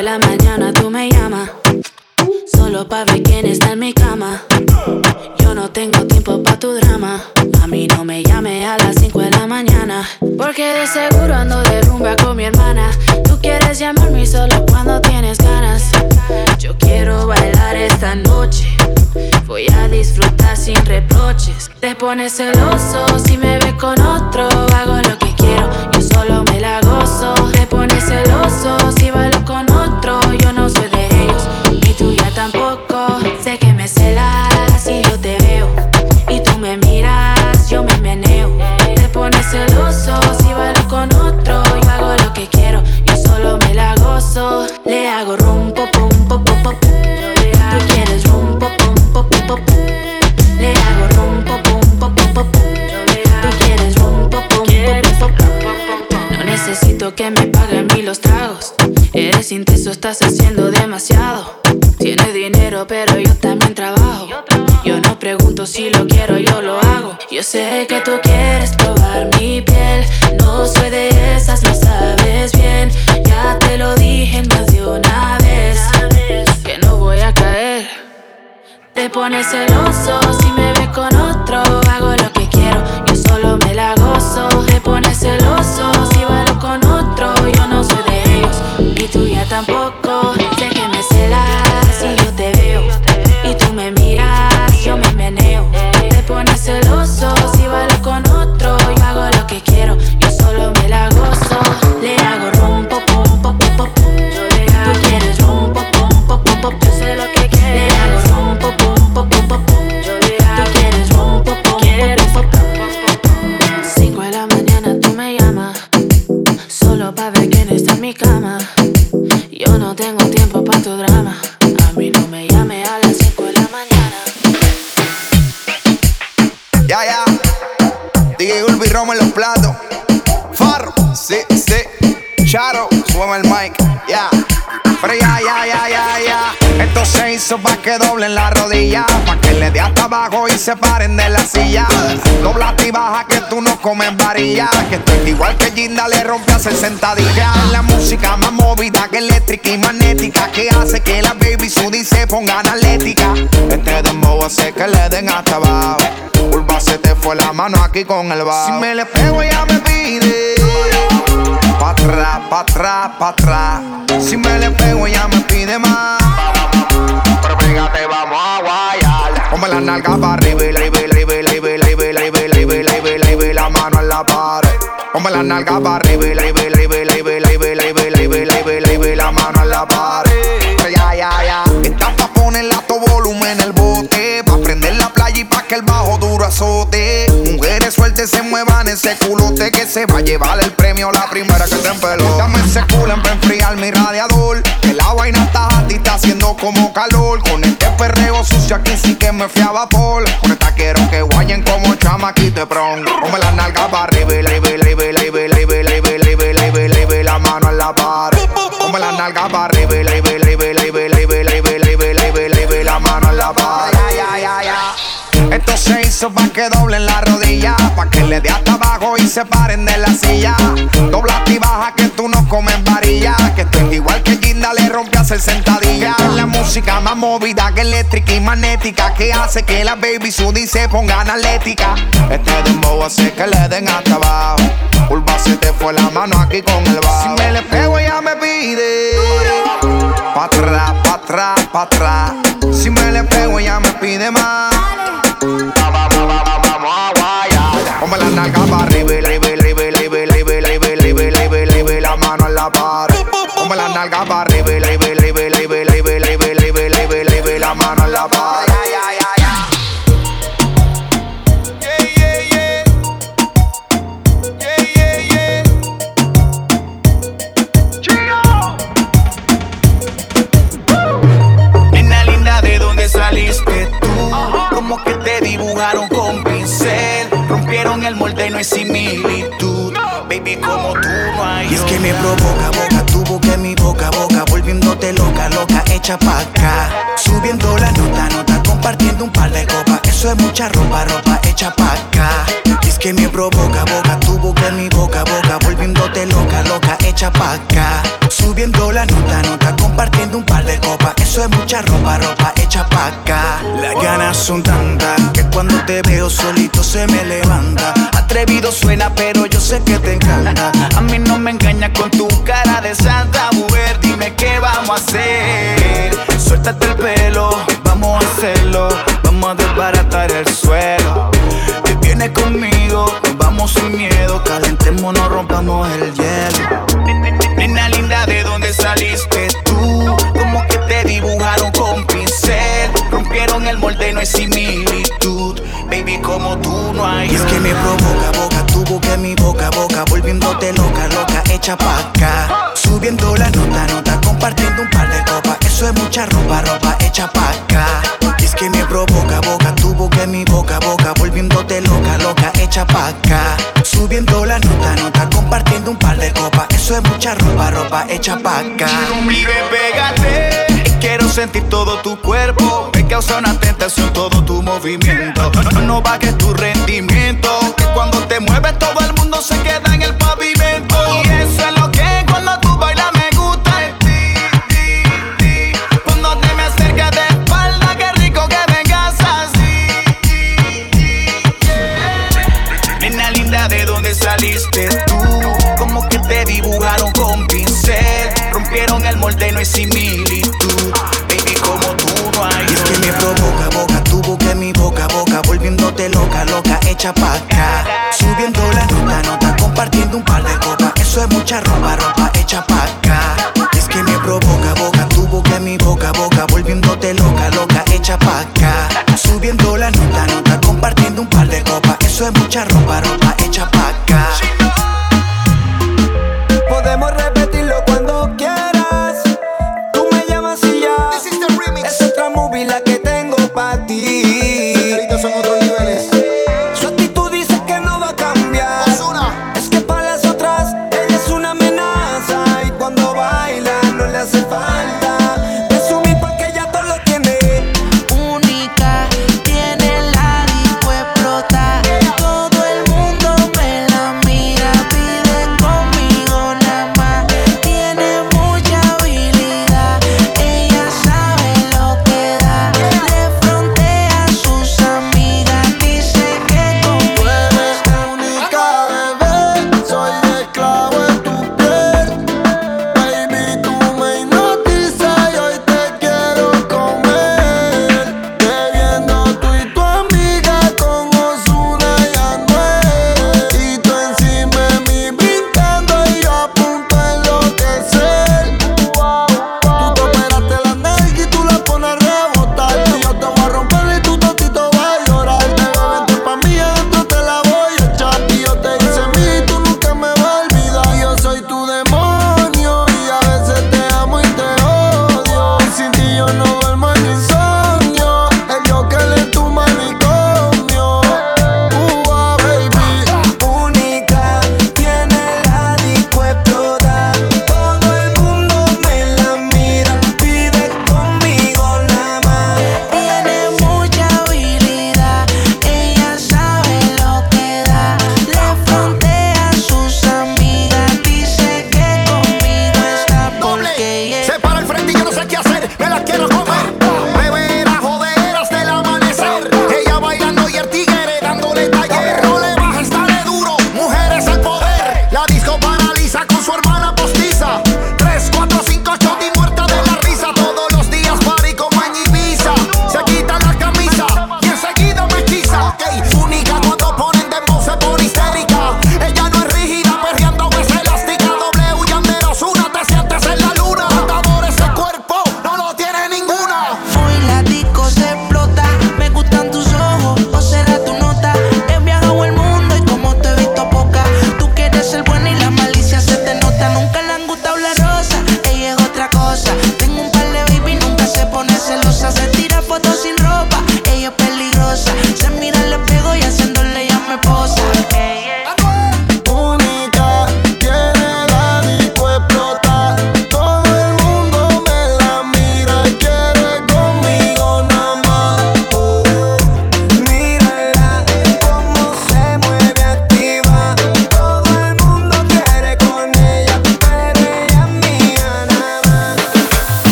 de la mañana tú me llamas, solo pa' ver quién está en mi cama. Yo no tengo tiempo pa' tu drama. A mí no me llame a las 5 de la mañana, porque de seguro ando de rumba con mi hermana. Tú quieres llamarme solo cuando tienes ganas. Yo quiero bailar esta noche, voy a disfrutar sin reproches. Te pones celoso si me ves con otro. Hago lo que quiero, yo solo me la gozo. Te pones celoso si bailo con otro. Yo no soy de ellos, ni tú ya tampoco. Sé que me celas si yo te veo y tú me miras, yo me meneo. Te pones celoso si bailo con otro. Yo hago lo que quiero, yo solo me la gozo. Le hago rum, pop, pum, pop, pop, pop. Tú quieres rum, pop, pum, pop, pop, pop. Le hago rum, pop, pum, pop, pop, pop. Tú quieres rum, pop, pum, pop, pop. No necesito que me paguen a mí los tragos. Eres intenso, estás haciendo demasiado. Tienes dinero, pero yo también trabajo. Yo no pregunto si lo quiero, yo lo hago. Yo sé que tú quieres probar mi piel. No soy de esas, lo sabes bien. Ya te lo dije más de una vez, que no voy a caer. Te pones celoso si me ves con otro. Hago lo que quiero, yo solo me la gozo. Te pones celoso si bailo con otro. Yo no soy de ellos, y tú ya tampoco. Sé que me celas si yo te veo y tú me miras, yo me meneo. Te pones celoso si bailo con otro. Yo hago lo que quiero, yo solo me la gozo. Le hago rum, pop, pum, pop, pop, pop. Tú quieres rum, pop, pum, pop, pop, pop. Yo sé lo que quieres. Le hago rum, pop, pum, pop, pop, pop. Tú quieres rum, pop, pum, pop, pop, pop. 5 de la mañana tú me llamas, solo pa' ver quién está en mi cama. Yo no tengo tiempo pa' tu drama. A mí no me llame a las 5 de la mañana. Ya, ya. DJ Ulvi Roma en los platos. Farro, sí, sí. Charo, súbeme el mic. Ya. Pero ya. Esto se hizo pa' que doblen la rodilla, pa' que le dé hasta abajo y se paren de la silla. Doblate y baja que tú no comes varilla, que estoy igual que Ginda le rompe a hacer sentadilla. Es la música más movida que eléctrica y magnética, que hace que la baby Sudi se ponga analética. Este dembow hace que le den hasta abajo. Urba se te fue la mano aquí con el bajo. Si me le pego ella me pide pa' atrás, pa' atrás, pa' atrás. Si me le pego ella me pide más. Pero fíjate, vamos a guayar. Ponme la nalga pa' arriba y la mano en la pared. Ponme la nalga pa' arriba y la mano en la pared. Ya. Está pa' ponerle alto volumen en el bote, pa' prender la playa y pa' que el bajo duro azote. Mujeres sueltas se muevan ese culote, que se va a llevar el premio la primera que te empeló. Dame ese culo pa' enfriar mi radiador, que la vaina está hot y está haciendo como calor. Con este perreo sucio aquí sí que me fui a vapor. Con esta quiero que guayen como chamaquito pron. Ponme la nalga pa' arriba y la mano en la pared. Ponme la nalga pa' arriba y la mano en la pared. Ya. Esto se hizo pa' que doblen la rodilla, pa' que le dé hasta abajo y se paren de la silla. Doblate y baja que tú no comes varilla, que estoy igual que Ginda le rompe a hacer sentadilla. Es la música más movida que eléctrica y magnética, que hace que la baby Sudi se ponga analética. Este dembow hace que le den hasta abajo. Urba se te fue la mano aquí con el bajo. Si me le pego ella me pide pa' atrás, pa' atrás, pa' atrás. Si me le pego ella me pide más. Vamos a guayar. Ponme la nalga pa' arriba y la mano en la pared. Ponme la nalga pa' arriba y la mano en la pared. Ya. Nena linda, ¿de dónde saliste tú? Como que te dibujaron con pincel, rompieron el molde y no hay similitud. Baby, como tú no hay. Y es que me provoca boca, tu boca en mi boca, volviéndote loca, hecha pa' acá. Subiendo la nota, compartiendo un par de copas. Eso es mucha ropa hecha pa' acá. Y es que me provoca, boca, tu boca en mi boca, boca, volviéndote loca, loca, echa pa' acá. Subiendo la nota, nota, compartiendo un par de copas. Eso es mucha ropa, ropa, echa pa' acá. Las ganas son tantas que cuando te veo solito se me levanta. Atrevido suena, pero yo sé que te encanta. A mí no me engañas con tu cara de santa. Mujer, dime qué vamos a hacer. Suéltate el pelo, vamos a hacerlo. Vamos a desbaratar el suelo. Te vienes conmigo, nos vamos sin miedo. Calentémonos, rompamos el hielo. Nena linda, ¿de dónde saliste tú? Como que te dibujaron con pincel. Rompieron el molde, no hay similitud. Baby, como tú no hay. Y es que me provoca, boca, tu boca en mi boca, boca, volviéndote loca, loca, echa pa' acá. Subiendo la nota, nota, compartiendo un par de copas. Eso es mucha ropa, ropa, echa pa' acá. Y es que me provoca, boca, tu boca en mi boca, boca, volviéndote loca, loca, echa pa' acá. Subiendo la nota, nota, compartiendo un par de copas. Eso es mucha ropa, ropa, echa pa' acá. Vive, pégate. Quiero sentir todo tu cuerpo. Me causa una tentación todo tu movimiento. No bajes tu rendimiento, que cuando te mueves todo el mundo se queda en el pavimento. Y eso es lo que cuando tú bailas me gusta. Cuando te me acercas de espalda, qué rico que vengas así. Nena linda, ¿de dónde saliste tú? Como que te dibujaron con pincel. Rompieron el molde, no hay similitud. Baby, como tú no hay. Y es que me provoca, boca, tu boca en mi boca, boca, volviéndote loca, loca, echa pa' acá. Subiendo la nota, nota, compartiendo un par de copas. Eso es mucha ropa, ropa, echa pa' acá. Y es que me provoca, boca, tu boca en mi boca, boca, volviéndote loca, loca, echa pa' acá. Subiendo la nota, nota, compartiendo un par de copas. Eso es mucha ropa, ropa, echa pa' acá. Podemos repetirlo cuando quieras. Tú me llamas y ya. Es otra movie la que tengo pa' ti. Son otros niveles. Su actitud dice que no va a cambiar. Es que para las otras ella es una amenaza. Y cuando baila no le hace falta presumir porque ella todo lo tiene. Única, tiene la disco explota. Todo el mundo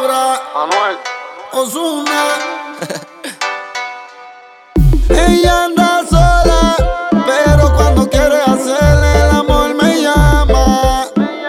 Aura, Anuel, Ozuna. Ella anda sola, pero cuando quiere hacerle el amor me llama.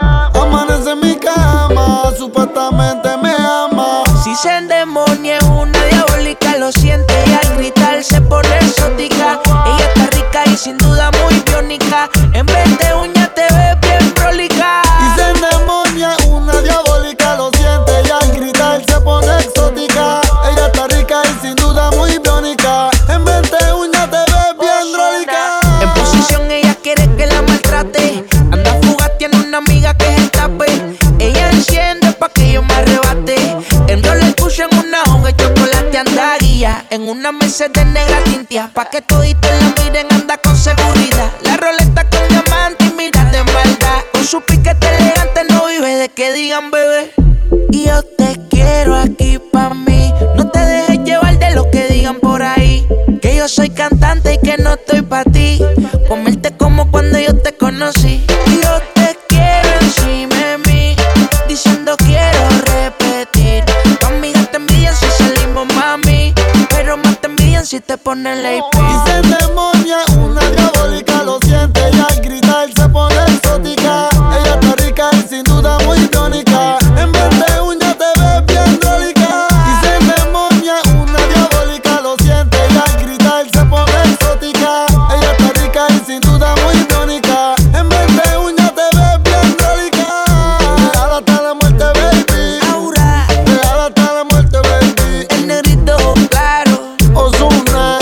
Amanece en mi cama, supuestamente me ama. Si se endemonia es una diabólica, lo siente y al gritar se pone exótica. Ella está rica y sin duda muy biónica. En vez de uñas te ves bien prolija. Y se endemonia una diabólica, lo siente y al gritar se pone exótica. Ella está rica y sin duda muy biónica. En vez de uñas te ves bien prolija. En posición ella quiere que la maltrate. Anda fugaz, tiene una amiga que es el tape. Ella enciende pa' que yo me arrebate. Enrola el cucho en una hoja de chocolate, anda guía. En una Mercedes negra tintia, pa' que toditos la miren, anda con seguridad. La roleta con diamante y mira de maldad. Con su piquete elegante no vive de que digan bebé. Y yo te quiero aquí pa' mí. No te dejes llevar de lo que digan por ahí. Que yo soy cantante y que no estoy pa' ti. Comerte como cuando yo te conocí. Y yo te quiero encima de mí, diciendo quiero repetir. Tu amiga te envidian si salimos, mami, pero más te envidian si te ponen la IP. Y se endemonia una diabólica, lo siente y al gritar se pone exótica. Ella está rica y sin duda muy biónica. En vez de uñas te ves bien prolija. Y se endemonia una diabólica, lo siente y al gritar se pone exótica. Ella está rica y sin duda muy biónica. En vez de uñas te ves bien prolija. Real hasta la muerte, baby. Aura, Real hasta la muerte, baby. el negrito claro. Ozuna,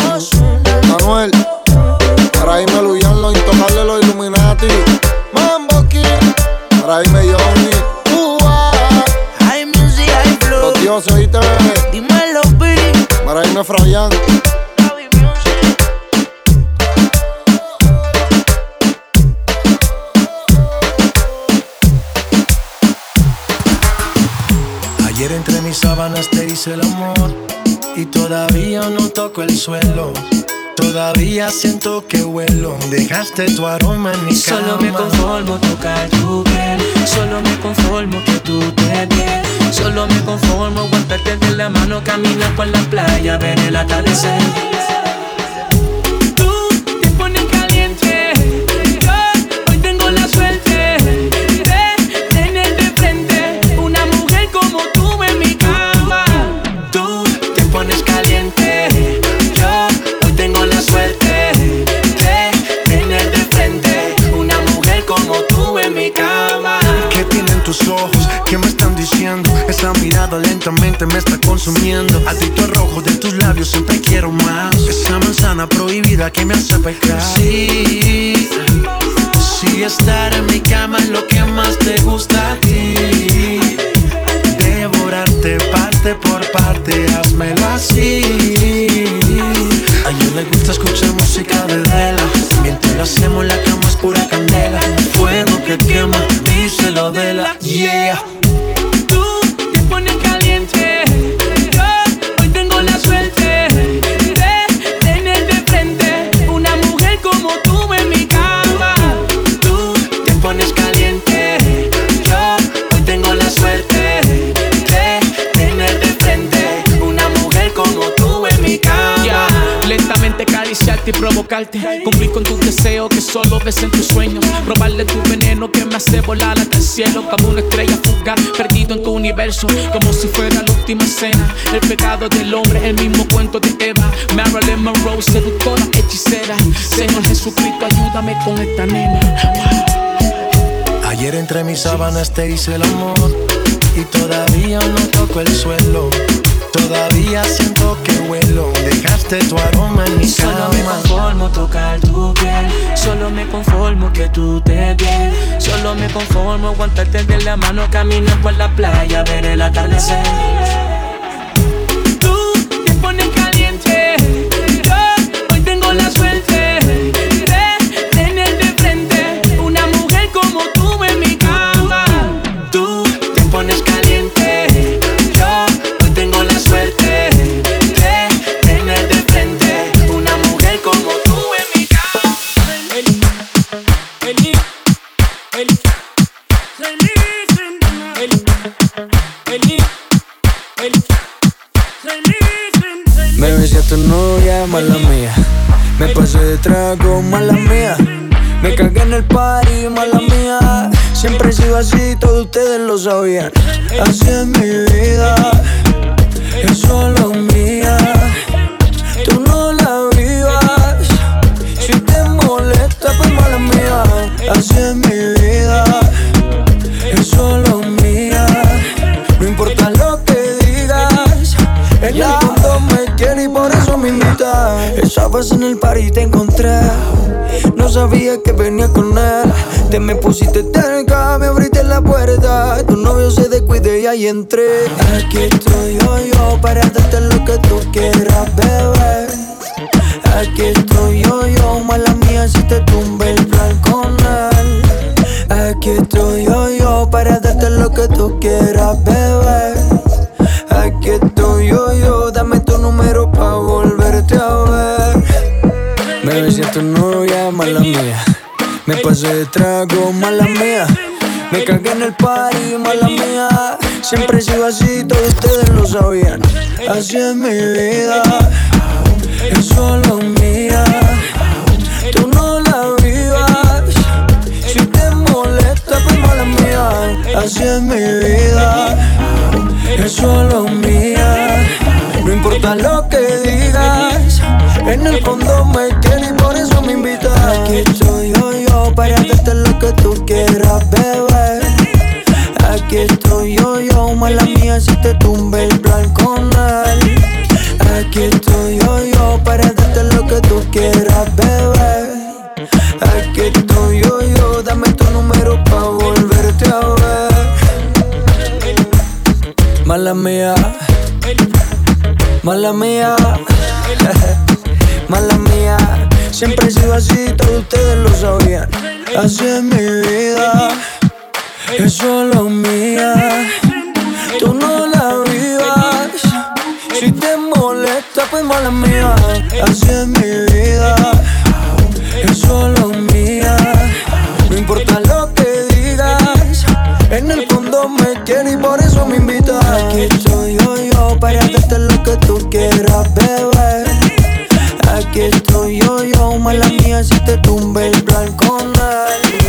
Manuel, para irme Luyanlo, intocarle los Illuminati. Mambo King, para irme Johnny. Hay music, hay flow. Los dioses, oíste, bebé. Dímelo, Billy. Para irme Frayan. Javi Music. Ayer entre mis sábanas te hice el amor y todavía no toco el suelo. Todavía siento que huelo. Dejaste tu aroma en mi cama. Solo me conformo tocar tu piel. Solo me conformo que tú te vienes. Solo me conformo aguantarte de la mano, caminar por la playa, ver el atardecer. Tú te pones caliente. Yo hoy tengo la suerte de tener de frente una mujer como tú en mi cama. Tú te pones caliente. Yo hoy tengo la suerte de tener de frente una mujer como tú en mi cama. ¿Qué tienen tus ojos? ¿Qué me están diciendo? Esa mirada lentamente me está consumiendo. Adicto al rojo de tus labios, siempre quiero más. Esa manzana prohibida que me hace pecar. Sí, sí, estar en mi cama es lo que más te gusta a ti. Devorarte parte por parte, házmelo así. A ella le gusta escuchar música de vela. Mientras lo hacemos la cama es pura candela. Fuego que quema, díselo de la yeah. Tú te pones caliente. Yo hoy tengo la suerte de tener de frente una mujer como tú en mi cama. Tú te pones caliente. Yo hoy tengo la suerte de tener de frente una mujer como tú en mi cama. Yeah. Lentamente acariciarte y provocarte, cumplir con tus deseos que solo ves en tus sueños, robarle tu veneno que me hace volar hasta el cielo, como una estrella fugaz, perdido en tu universo, como si fuera la última cena. El pecado del hombre, el mismo cuento de Eva. Marilyn Monroe, seductora, hechicera. Señor Jesucristo, ayúdame con esta nena. Ayer entre mis sábanas te hice el amor y todavía no toco el suelo. Todavía siento que huelo. Dejaste tu aroma en mi cama. Solo me conformo tocar tu piel. Solo me conformo que tú te vienes. Solo me conformo aguantarte de la mano, caminar por la playa, ver el atardecer. Tú te pones caliente. Yo hoy tengo la suerte de tener de frente una mujer como tú en mi cama. Tú te pones caliente. Yo hoy tengo la suerte de tener de frente una mujer como tú en mi cama. Me besé a tu novia, mala mía. Me pasé de trago, mala mía. Me cagué en el party, mala mía. Siempre he sido así, todos ustedes lo sabían. Así es mi vida, es solo mía. Tú no la vivas, si te molesta, pues mala mía. Así es mi vida, es solo mía. No importa lo que digas, en el fondo me quiere y por eso me invita. Estabas en el party y te encontré. No sabía que venía con él. Te me pusiste cerca, me abriste la puerta. Tu novio se descuide y ahí entré. Aquí estoy yo para darte lo que tú quieras, bebé. Aquí estoy yo, mala mía si te tumbé el plan con él. Aquí estoy yo para darte lo que tú quieras, bebé. Aquí estoy yo, dame tu número pa' volverte a ver. Me besé a tu novia, mala mía. Me pasé de trago, mala mía. Me cagué en el party, mala mía. Siempre he sido así, todos ustedes lo sabían. Así es mi vida, es solo mía. Tú no la vivas, si te molesta, pues mala mía. Así es mi vida, es solo mía. No importa lo que digas, en el fondo me quiere y por eso me invita. Aquí estoy yo para darte lo que tú quieras, bebé. Aquí estoy yo, mala mía si te tumbé el plan con él. Aquí estoy yo para darte lo que tú quieras, bebé. Aquí estoy yo, dame tu número pa' volverte a ver. Mala mía, mala mía, mala mía. Siempre he sido así, todos ustedes lo sabían. Así es mi vida, es solo mía. Tú no la vivas, si te molesta, pues mala mía. Así es mi vida, es solo mía. No importa lo que digas, en el fondo me quiere y por eso me invita. Aquí estoy yo para darte lo que tú quieras, bebé. Aquí estoy yo, mala mía si te tumbé el plan con él.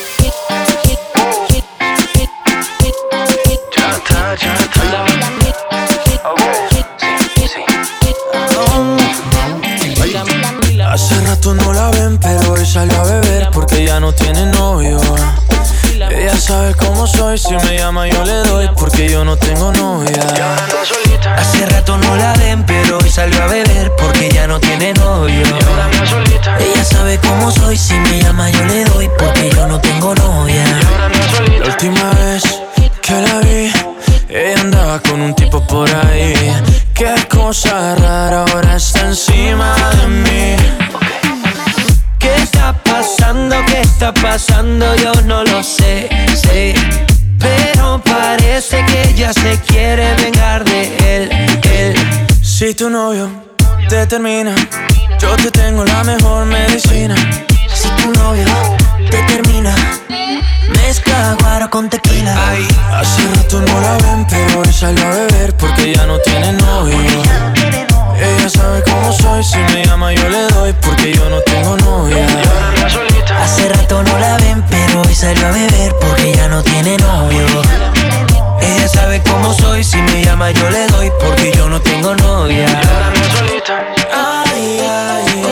Hace rato no la ven, pero hoy salió a beber porque ya no tiene novio. Ella sabe cómo soy, si me llama yo le doy porque yo no tengo novia. Hace rato no la ven, pero hoy salió a beber porque ya no tiene novio. Ella sabe cómo soy, si me llama yo le doy porque yo no tengo novia. La última vez que la vi, ella andaba con un tipo por ahí. Qué cosa rara, ahora está encima de mí. ¿Qué está pasando? ¿Qué está pasando? Yo no lo sé, pero parece que ella se quiere vengar de él. Si tu novio te termina, yo te tengo la mejor medicina. Si tu novio te termina, mezcla guaro con tequila. Ay, hace rato no la ven, pero hoy salió a beber porque ya no tiene novio. Ella sabe cómo soy, si me llama yo le doy porque yo no tengo novia. Hace rato no la ven, pero hoy salió a beber porque ya no tiene novio. Ella sabe cómo soy, si me llama yo le doy porque yo no tengo novia. Ay, ay,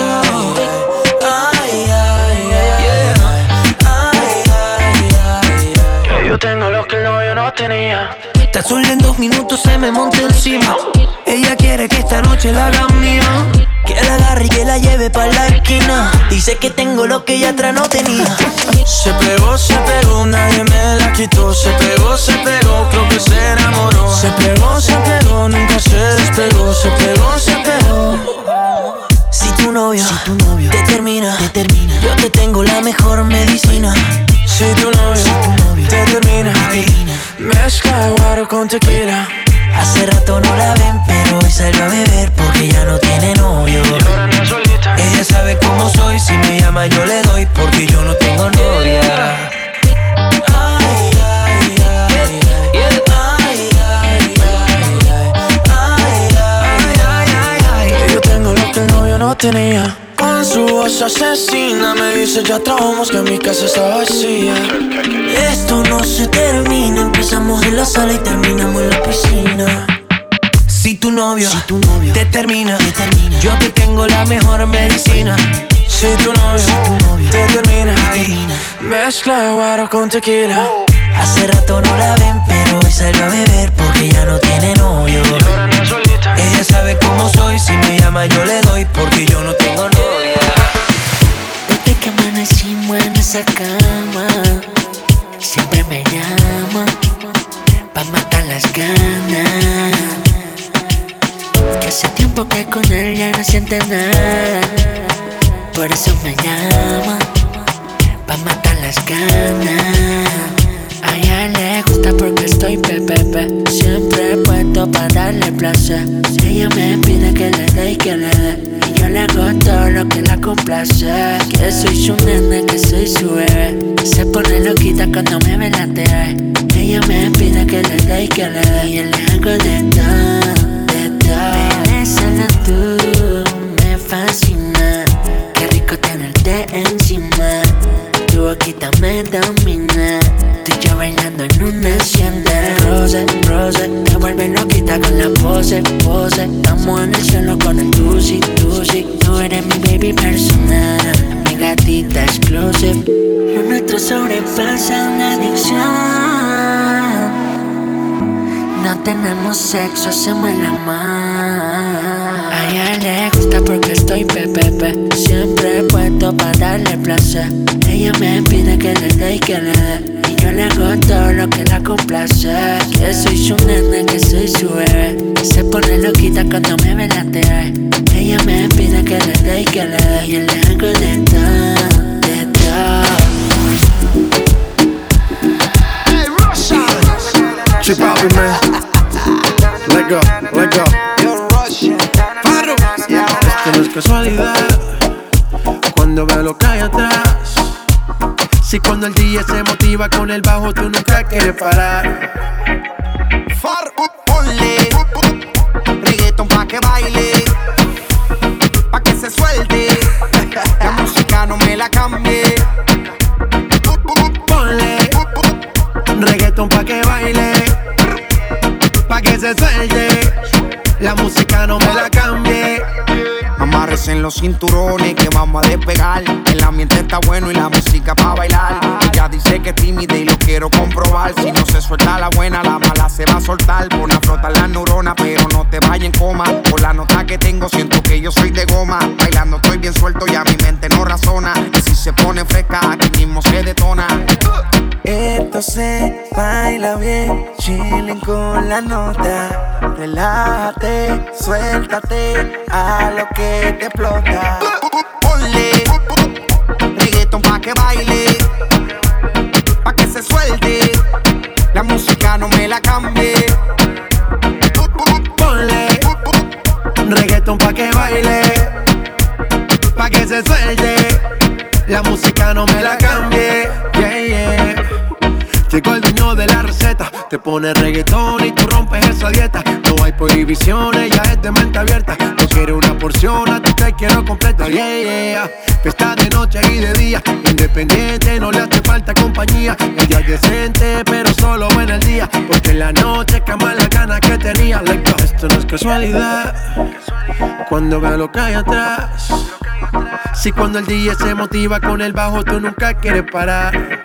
ay. Yo tengo lo que el novio no tenía. Tan solo en 2 minutos se me monta encima. Ella quiere que esta noche la haga mía, que la agarre y que la lleve pa' la esquina. Dice que tengo lo que ella atrás no tenía. Se pegó, nadie me la quitó. Se pegó, creo que se enamoró. Se pegó, nunca se despegó. Se pegó. Si tu novio te termina, yo te tengo la mejor medicina. Si tu novio te termina, mezcla guaro con tequila. Hace rato no la ven, pero hoy salió a beber porque ya no tiene novio. Ella sabe cómo soy, si me llama yo le doy porque yo no tengo novia. Ay, ay, ay, ay, ay, ay, ay. tenía. Con su voz asesina me dice ya trabajamos que mi casa está vacía. Esto no se termina, empezamos en la sala y terminamos en la piscina. Si tu novio te termina, yo te tengo la mejor medicina. Si tu novio te termina, mezcla de guaro con tequila. Hace rato no la ven, pero hoy salió a beber porque ya no tiene novio. Ella sabe cómo soy, si me llama yo le doy porque yo no tengo novia. Desde que amanecimos en esa cama, siempre me llama pa' matar las ganas. Que hace tiempo que con él ya no siente nada, por eso me llama pa' matar las ganas. A ella le gusta porque estoy pepepe, siempre puesto pa' darle placer. Ella me pide que le dé y que le dé, y yo le hago todo lo que la complace. Que soy su nene, que soy su bebé, se pone loquita cuando me ve la TV. Ella me pide que le dé y que le dé, y yo le hago de todo, de todo. Bebé, solo tú me fascina, qué rico tenerte encima. Tu boquita me domina, tú y yo bailando en un desciende. Rose, rose, te vuelve loquita con la pose, pose. Estamos en el cielo con el tusi, tusi. Tú eres mi baby personal, mi gatita exclusive. Lo nuestro sobrepasa una adicción. No tenemos sexo, hacemos el amor. A ella le gusta porque estoy pepepe, siempre puesto pa' darle placer. Ella me pide que le dé y que le dé, y yo le hago todo lo que la complace. Que soy su nene, que soy su bebé, se pone loquita cuando me ve la TV. Ella me pide que le dé y que le dé, y yo le hago de todo, de todo. Hey, Russia. Chip out with me. Let go, let go. Yo, Russia. Farro. Esto no es casualidad, cuando veo lo que hay atrás. Si cuando el día se motiva con el bajo, tú nunca quieres parar. Farro, ponle reggaeton pa' que baile, pa' que se suelte. La música no me la cambie. Ponle reggaeton pa' que baile, pa' que se suelte. La música no me la cambie. Amárrese en los cinturones que vamos a despegar. El ambiente está bueno y la música pa' bailar. Ella dice que es tímida y lo quiero comprobar. Si no se suelta la buena, la mala se va a soltar. Pon a flotar las neuronas, pero no te vayas en coma. Por la nota que tengo siento que yo soy de goma. Bailando estoy bien suelto y a mi mente no razona. Y si se pone fresca, aquí mismo se detona. Esto se baila bien, chilling con la nota. Relájate, suéltate a lo que te explota. Ponle reggaeton pa' que baile, pa' que se suelte. La música no me la cambie. Ponle reggaeton pa' que baile, pa' que se suelte. La música no me la cambie. Yeah, yeah. Llegó el dueño de la receta, te pone reggaetón y tú rompes esa dieta. No hay prohibiciones, ya es de mente abierta. No quiero una porción, a ti te quiero completa. Yeah, yeah. Fiesta de noche y de día, independiente, no le hace falta compañía. Ella es decente, pero solo en el día, porque en la noche cama las ganas que tenía. Like, esto no es casualidad, cuando veo lo que hay atrás. Si cuando el DJ se motiva con el bajo, tú nunca quieres parar.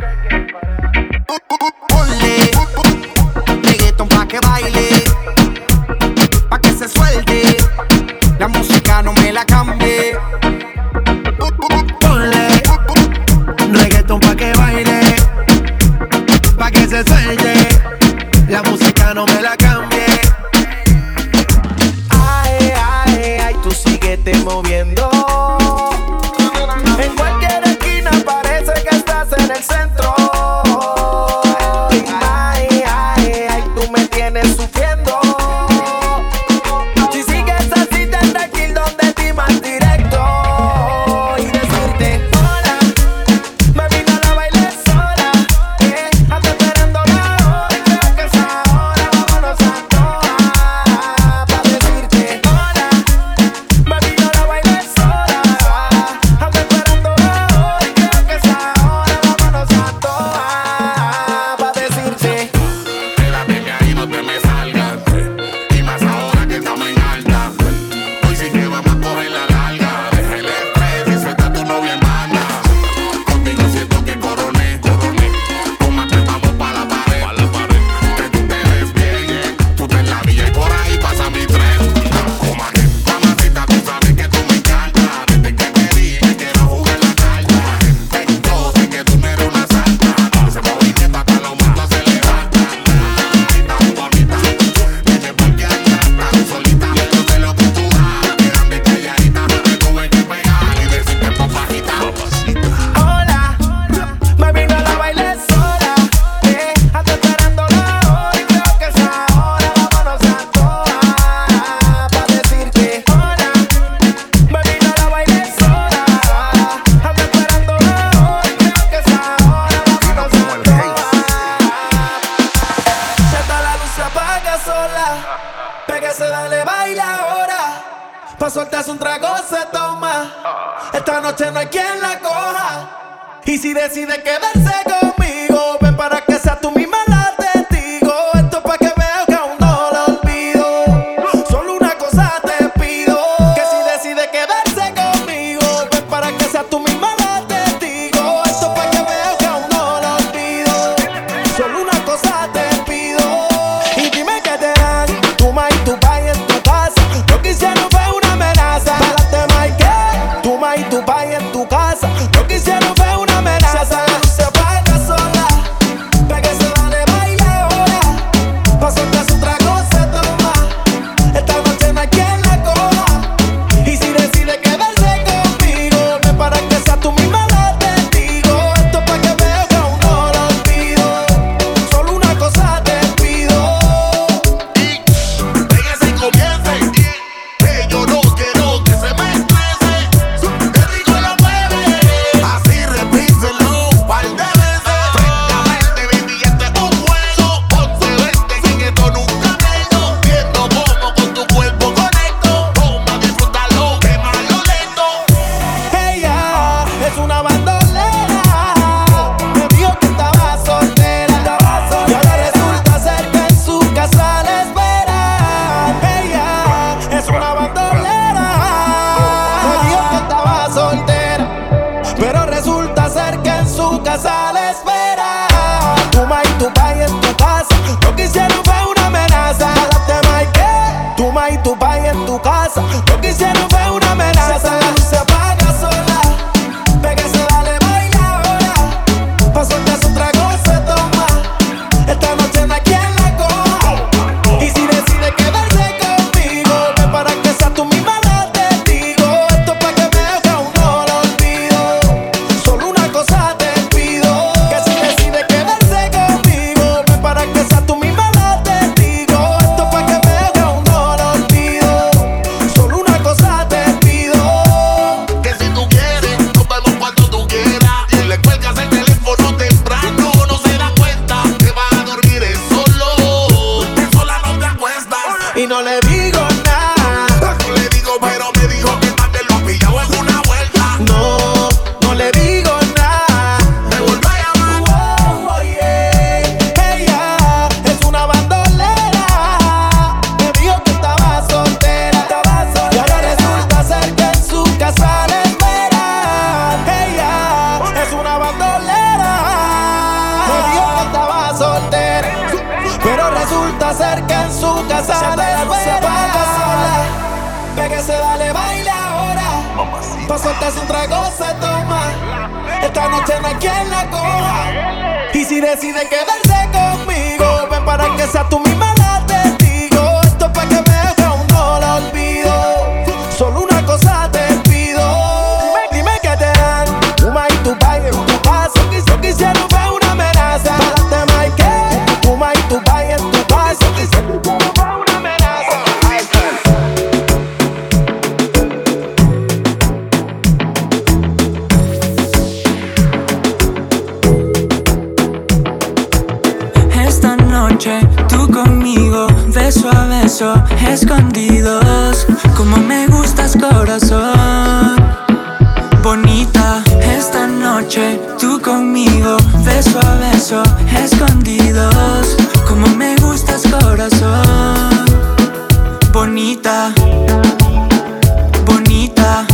Ponle reggaeton pa' que baile, pa' que se suelte. La música no me la cambie. Ponle reggaeton pa' que baile, pa' que se suelte. La música no me la cambie. Ay, ay, ay, tú síguete moviendo. En cualquier esquina parece que estás en el centro. Ay, ay, ay, tú me tienes sufriendo. Si sigues así tendré que ir donde ti más directo y decirte hola, baby, no la bailes sola. Ando esperando la hora y creo que es ahora. Vámonos a todas pa' decirte hola, baby, no la bailes sola. dale, baila ahora. Pa' soltarse un trago se toma. Esta noche no hay quien la coja. Y si decide quedarse conmigo, ven para que seas tú misma la testigo. Esto es pa' que veas que aún no lo olvido. Solo una cosa te pido, que si decide quedarse conmigo, ven para que seas tú misma la testigo. Esto es pa' que veas que aún no lo olvido. Solo una cosa te pido. Y dime que te dan tu ma y tu pai en tu casa. Lo que hicieron fue una amenaza. Párate, Mike, tu ma y tu pai en tu casa. Lo que hicieron fue una amenaza. La luz se apaga sola. Pégase, dale, baila ahora. Pa' soltar su trago se toma. Esta noche no hay quien la coja. Y si decide quedarse conmigo, ven para que seas tú misma la testigo. Esto es pa' que veas que aún no lo olvido. Solo una cosa te pido. Pégase y comience. Que yo no quiero que se me estrese. Qué rico lo mueve. Así repíselo par de veces. Francamente, baby, este es un juego. 11-20, sin esto nunca tengo. Viendo cómo con tu cuerpo conecto. Toma, disfrútalo, quémalo lento. Ella es una bandolera. Me dijo que estaba soltera. Y ahora resulta ser que en su casa la esperan. Ella es una bandolera. Me dijo que estaba soltera. Pero resulta ser que en su casa la esperan. Tu ma y tu pai en tu casa. Lo que hicieron fue una amenaza. Jálate, Mike, tu ma y tu pai en tu casa. Lo que hicieron fue una amenaza. La luz se apaga sola. Pégase, dale, baila ahora. Pa' soltarse un trago se toma. Esta noche no hay quien la coja. Y si decide quedarse conmigo, ven para que seas tú misma la testigo. Esto es pa' que veas que aún no lo olvido. Solo una cosa te pido, que si decide quedarse conmigo, ven para que seas tú misma la testigo. Esto es pa' que veas que aún no lo olvido. Solo una cosa te pido. Que si tú quieres, nos vemos cuando tú quieras. Y le cuelgas el teléfono temprano. No se da cuenta que vas a dormir solo. Sola no te acuestas. Y no le digo nada. No le digo, pero me dijo que más te lo ha pillado en una vuelta. No, no le digo nada. Me volvió a llamar. Oh, yeah. Ella es una bandolera. Me dijo que estaba soltera. Y ahora resulta ser que en su casa la esperan. Ella es una bandolera. Me dijo que estaba soltera. Pero resulta ser que en su casa la esperan. Pégase, dale, baila ahora. Pa' soltarse un trago se toma. Esta noche no hay quien la coja. Y si decide quedarse conmigo, ven para que seas tú misma la testigo. Esto es pa' que veas que aún no lo olvido. Solo una cosa te pido. Dime que te dan tu ma y tu pai en tu casa. Lo que hicieron fue una amenaza. Párate, Mike, tu ma y tu pai en tu casa. Lo que hicieron fue una amenaza. Esta noche tú conmigo, beso a beso, escondidos. Como me gustas, corazón. Bonita, esta noche tú conmigo, beso a beso, escondidos. Como me gustas, corazón. Bonita, bonita,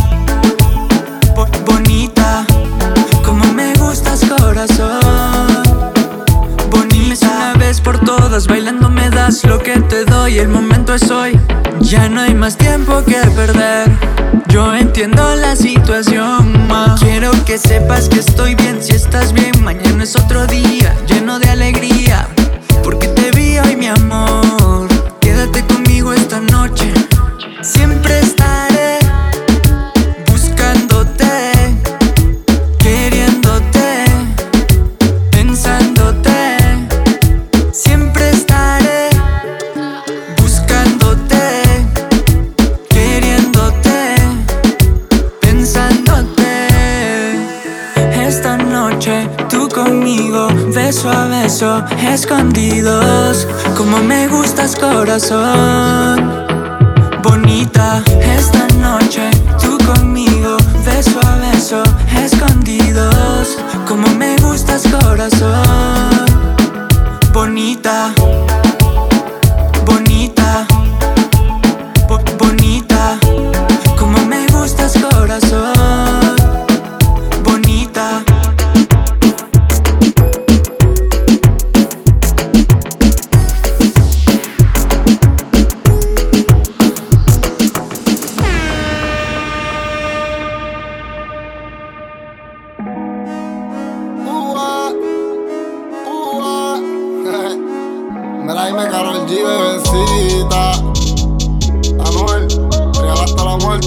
bonita. Como me gustas, corazón. Bonita, una vez por todas, bailando me das lo que te doy. El momento es hoy, ya no hay más tiempo que perder. Yo entiendo la situación, ma. Quiero que sepas que estoy bien. Si estás bien, mañana es otro día lleno de alegría. Porque te vi hoy, mi amor. Quédate conmigo esta noche. Siempre estaré buscándote, queriéndote, pensándote. Siempre estaré buscándote, queriéndote, pensándote. Esta noche tú conmigo, beso a beso, escondidos. Como me gustas, corazón.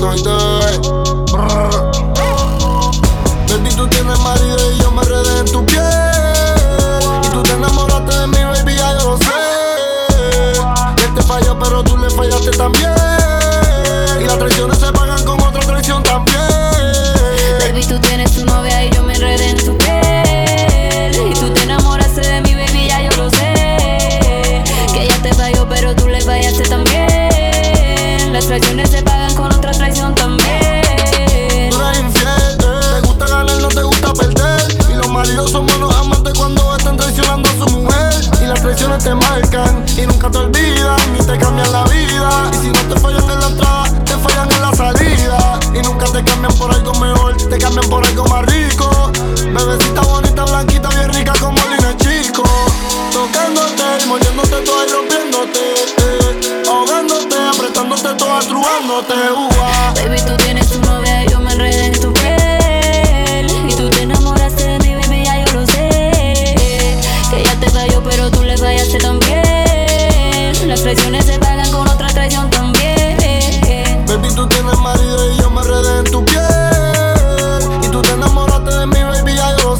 no hay de. Baby, tú tienes marido y yo me enredé en tu piel. Y tú te enamoraste de mí, baby, ya yo lo sé. Él te falló, pero tú le fallaste también. Y las traiciones se pagan con otra traición también. Baby, tú tienes tu novia y yo me enredé en tu piel. Y tú te enamoraste de mí, baby, ya yo lo sé. Que ella te falló, pero tú le fallaste también. Las traiciones se pagan con otra traición también. Tú eres infiel, te gusta ganar, no te gusta perder. Y los maridos somos los amantes cuando están traicionando a su mujer. Y las traiciones te marcan y nunca te olvidan, ni te cambian la vida. Y si no te fallan en la entrada, te fallan en la salida. Y nunca te cambian por algo mejor, te cambian por algo más rico. Bebecita bonita, blanquita, bien rica como Lina Chico. Tocándote, mordiéndote toda y rompiéndote, ahogándote, apretándote toda, trubándote. Baby, tú tienes tu novia y yo me enredé en tu piel. Y tú te enamoraste de mí, baby, ya yo lo sé. Que ella te falló, pero tú le fallaste también. Las traiciones se pagan con otra traición también. Baby, tú tienes marido y yo me enredé en tu piel. Y tú te enamoraste de mí, baby, ya yo lo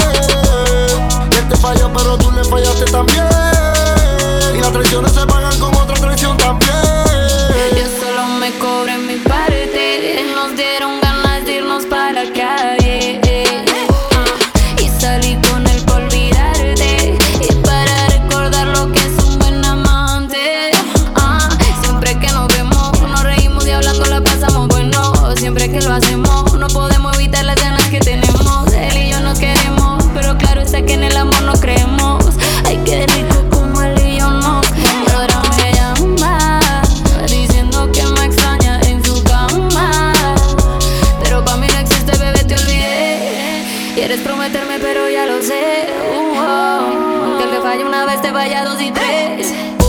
sé. Él te falló, pero tú le fallaste también. Y las traiciones se pagan con otra traición también. Yo solo me cobré mi parte. Nos dieron ganas de irnos para la calle. Y salí con él por olvidarte. Y para recordar lo que es un buen amante. Siempre que nos vemos, nos reímos y hablando la pasamos bueno. Siempre que lo hacemos, no podemos evitar las ganas que tenemos. Él y yo nos queremos, pero claro está que en el amor no creemos. Ay, qué rico como él y yo nos. Y ahora me llama diciendo que me extraña en su cama. Pero pa' mí no existe, bebé, te olvidé. Quieres prometerme, pero ya lo sé. Que el que falla una vez te vaya dos y tres.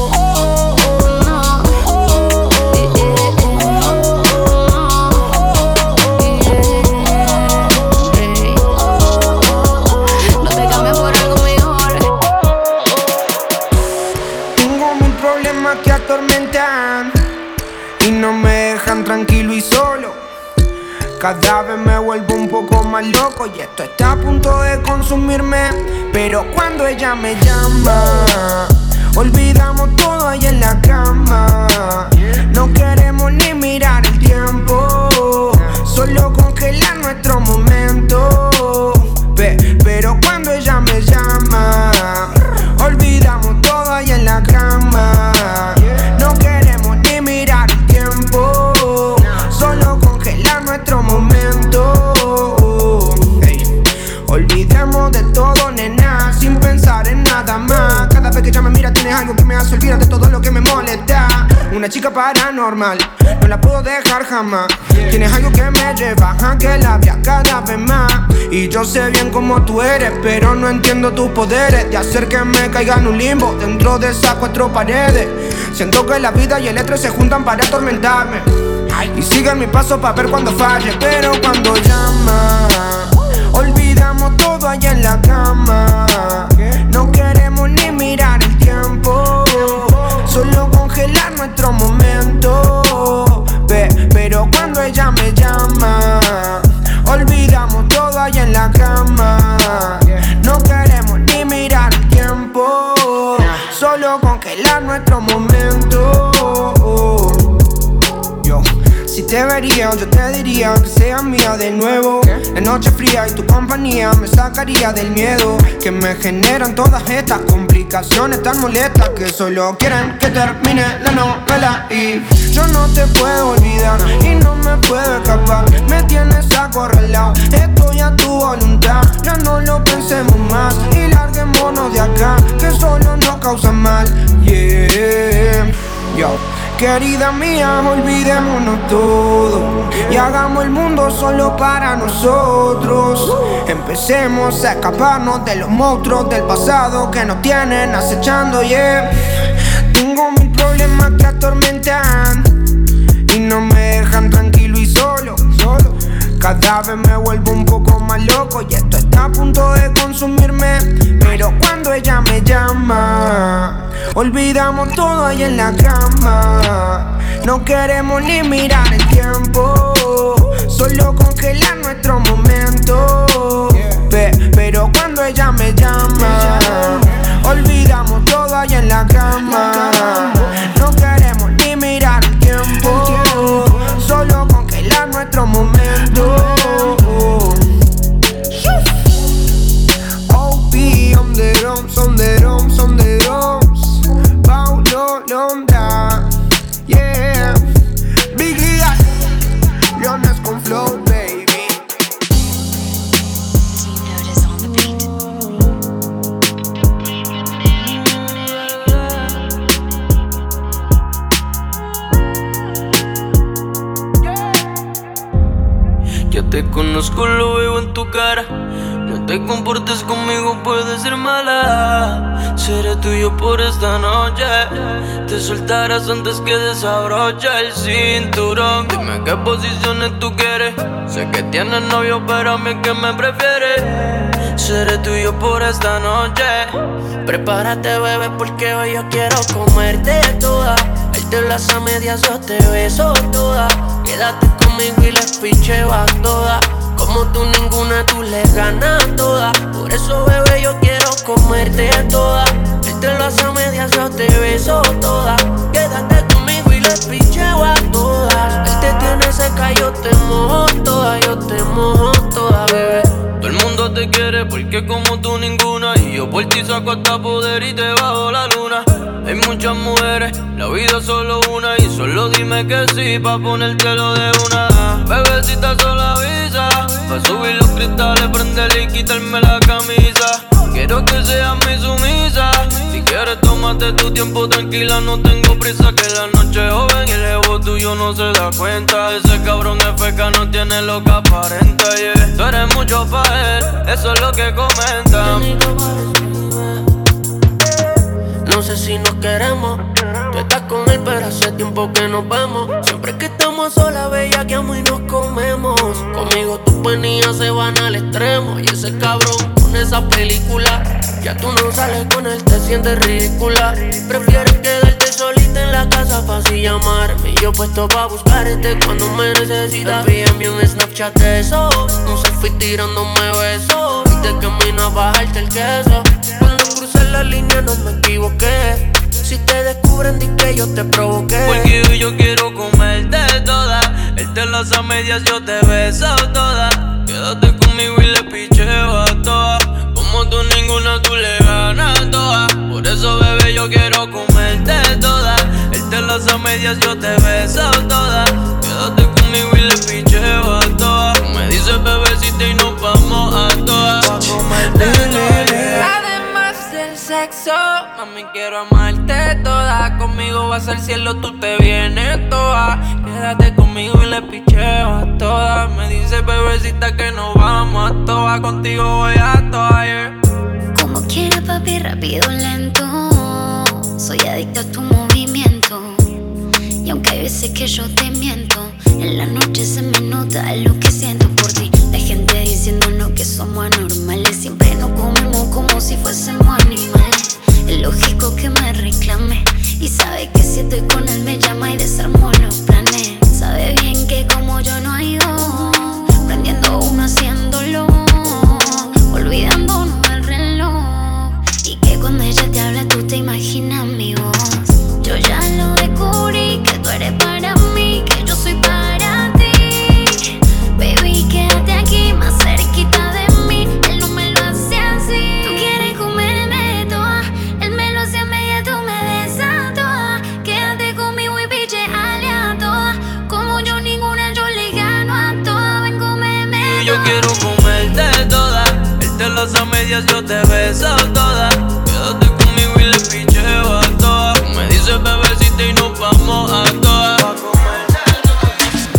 No te cambies por algo mejor. Tengo mil problemas que atormentan y no me dejan tranquilo y solo. Cada vez me vuelvo un poco más loco y esto está a punto de consumirme. Pero cuando ella me llama, olvidamos todo ahí en la cama. No queremos ni mirar el tiempo, solo congelar nuestro momento. Pero cuando ella me llama, olvidamos todo ahí en la cama. No queremos ni mirar el tiempo, solo congelar nuestro momento. Olvidemos de todo, nena, sin pensar en nada más. Cada vez que ella me mira tienes algo que me hace olvidar de todo lo que me molesta. Una chica paranormal, no la puedo dejar jamás. Tienes algo que me lleva a que la vea cada vez más. Y yo sé bien cómo tú eres, pero no entiendo tus poderes de hacer que me caiga en un limbo dentro de esas cuatro paredes. Siento que la vida y el estrés se juntan para atormentarme y siguen mi paso para ver cuando falle. Pero cuando llama, olvidamos todo allá en la cama. No queremos ni mirar el tiempo, solo congelar nuestro momento. Pero cuando ella me llama, olvidamos todo allá en la cama. No queremos ni mirar el tiempo, solo congelar nuestro momento. Si te vería, yo te diría que seas mía de nuevo. La noche fría y tu compañía me sacaría del miedo que me generan todas estas complicaciones tan molestas que solo quieren que termine la novela. Y yo no te puedo olvidar y no me puedo escapar. Me tienes acorralado, estoy a tu voluntad. Ya no lo pensemos más y larguémonos de acá, que solo nos causa mal. Yeah, yo. Querida mía, olvidémonos todo y hagamos el mundo solo para nosotros. Empecemos a escaparnos de los monstruos del pasado que nos tienen acechando, yeah. Tengo mil problemas que atormentan y no me dejan tranquilo y solo. Cada vez me vuelvo un poco más loco y esto es a punto de consumirme. Pero cuando ella me llama, olvidamos todo ahí en la cama. No queremos ni mirar el tiempo, solo congelar nuestro momento. Pero cuando ella me llama, olvidamos todo ahí en la cama. No queremos ni mirar el tiempo, solo congelar nuestro momento. OP on the drums, on the drums, on the drums. Paulo Londra, yeah. Biggie, Leones con flow, baby. Ya te conozco, lo veo en tu cara. No te comportes conmigo, puedes ser mala. Seré tuyo por esta noche. Te soltarás antes que desabroche el cinturón. Dime qué posiciones tú quieres. Sé que tienes novio, pero a mí que me prefieres. Seré tuyo por esta noche. Prepárate, bebé, porque hoy yo quiero comerte toda. Él te las a medias, yo te beso toda. Quédate conmigo y les picheo a todas. Como tú ninguna, tú le ganas toda. Por eso, bebé, yo quiero comerte toda. Él te lo hace a medias, yo te beso toda. Quédate conmigo y les picheo a todas. Él te tiene seca, yo te mojo toda. Yo te mojo toda, bebé. Todo el mundo te quiere porque como tú ninguna. Y yo por ti saco hasta poder y te bajo la luna. Hay muchas mujeres, la vida es solo una. Y solo dime que sí pa' ponértelo de una. Bebecita sola avisa, pa' subir los cristales, prenderle y quitarme la camisa. Quiero que seas mi sumisa. Si quieres tómate tu tiempo tranquila, no tengo prisa. Que la noche es joven y el ego tuyo no se da cuenta. Ese cabrón FK no tiene lo que aparenta, yeah. Tú eres mucho pa' él, eso es lo que comentan. No sé si nos queremos. Tú estás con él, pero hace tiempo que nos vemos. Siempre que estamos solas, bellaqueamos y nos comemos. Conmigo tus penillas se van al extremo. Y ese cabrón con esa película, ya tú no sales con él, te sientes ridícula. Prefieres quedarte solita en la casa pa' así llamarme. Y yo puesto pa' buscarte cuando me necesitas. Envíame un Snapchat de eso. No se fui tirándome besos. Y de camino a bajarte el queso. Cuando crucé la línea no me equivoqué. Si te descubren, di que yo te provoqué. Porque hoy yo quiero comerte toda. Él te las a medias, yo te beso toda. Quédate conmigo y le picheo a todas. Como tú ninguna, tú le ganas toda. Por eso, bebé, yo quiero comerte toda. Él te las a medias, yo te beso toda. Quédate conmigo y le picheo a todas. Tú me dices bebecita y nos vamos a todas. Además del sexo, mami, quiero amarte toda. Conmigo vas al cielo, tú te vienes toda. Quédate conmigo y le picheo a todas. Me dice bebecita que nos vamos a todas. Contigo voy a todas, yeah. Como quieras, papi, rápido, lento. Soy adicta a tu movimiento. Y aunque hay veces que yo te miento, en la noche se me nota lo que siento por ti. La gente diciéndonos que somos anormales. Siempre nos comemos como si fuésemos animales. Es lógico que me reclame. Y sabe que si estoy con él me llama y desarmo los planes. Sabe bien que como yo no hay dos, prendiendo uno haciéndolo, olvidándonos del reloj. Y que cuando ella te habla tú te imaginas mi voz. Yo ya lo descubrí, que tú eres para mí, que yo soy para ti. Baby, quédate aquí más cerquita de mí. Él no me lo hace así. Tú quieres comerme toda, él me lo hace a media, tú me besas toda. Quédate conmigo y picheale a toda. Como yo ninguna, yo le gano a toda. Ven, cómeme. Y yo quiero comerte toda. Él te las a medias, yo te beso toda. Quédate conmigo y le picheo a todas. Tú me dices bebecita y nos vamos a todas.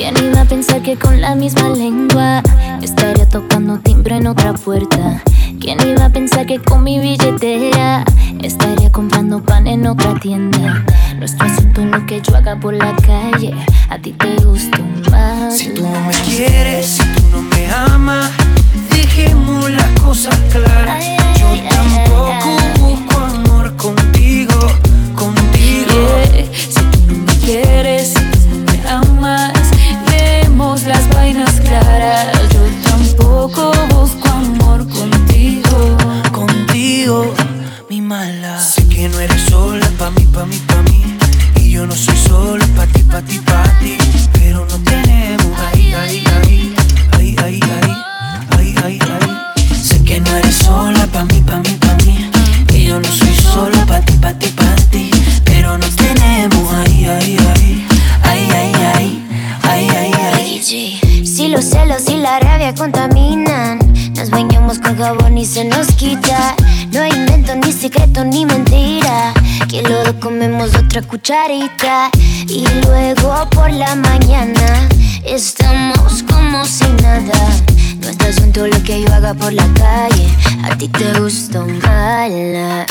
¿Quién iba a pensar que con la misma lengua estaría tocando timbre en otra puerta? ¿Quién iba a pensar que con mi billetera estaría comprando pan en otra tienda? Nuestro asunto es lo que yo haga por la calle, a ti te gusta más. Si tú no me quieres, si tú no me amas, dejemos las cosas claras. Yo tampoco busco amor contigo, contigo. Si tú no me quieres, si tú no me amas, dejemos las vainas claras. Yo tampoco busco amor contigo, contigo, mi mala. Sé que no eres sola pa' mí, pa' mí, pa' mí. Y yo no soy solo pa' ti, pa' ti, pa' ti. Pero no tenemos ahí, ahí, ahí, ahí, ahí, ahí, ahí, ahí. Sé que no eres sola pa' mí, pa' mí, pa' mí. Y yo no soy solo pa' ti, pa' ti, pa' ti. Pero no tenemos ahí, ahí, ahí, ahí, ahí, ahí, ahí, ahí, ahí. Si los celos y la rabia contaminan, nos bañamos con jabón y se nos quita. No hay invento, ni secreto, ni mentira, que luego comemos otra cucharita. Y luego por la mañana estamos como si nada. No es asunto lo que yo haga por la calle, a ti te gusta mala.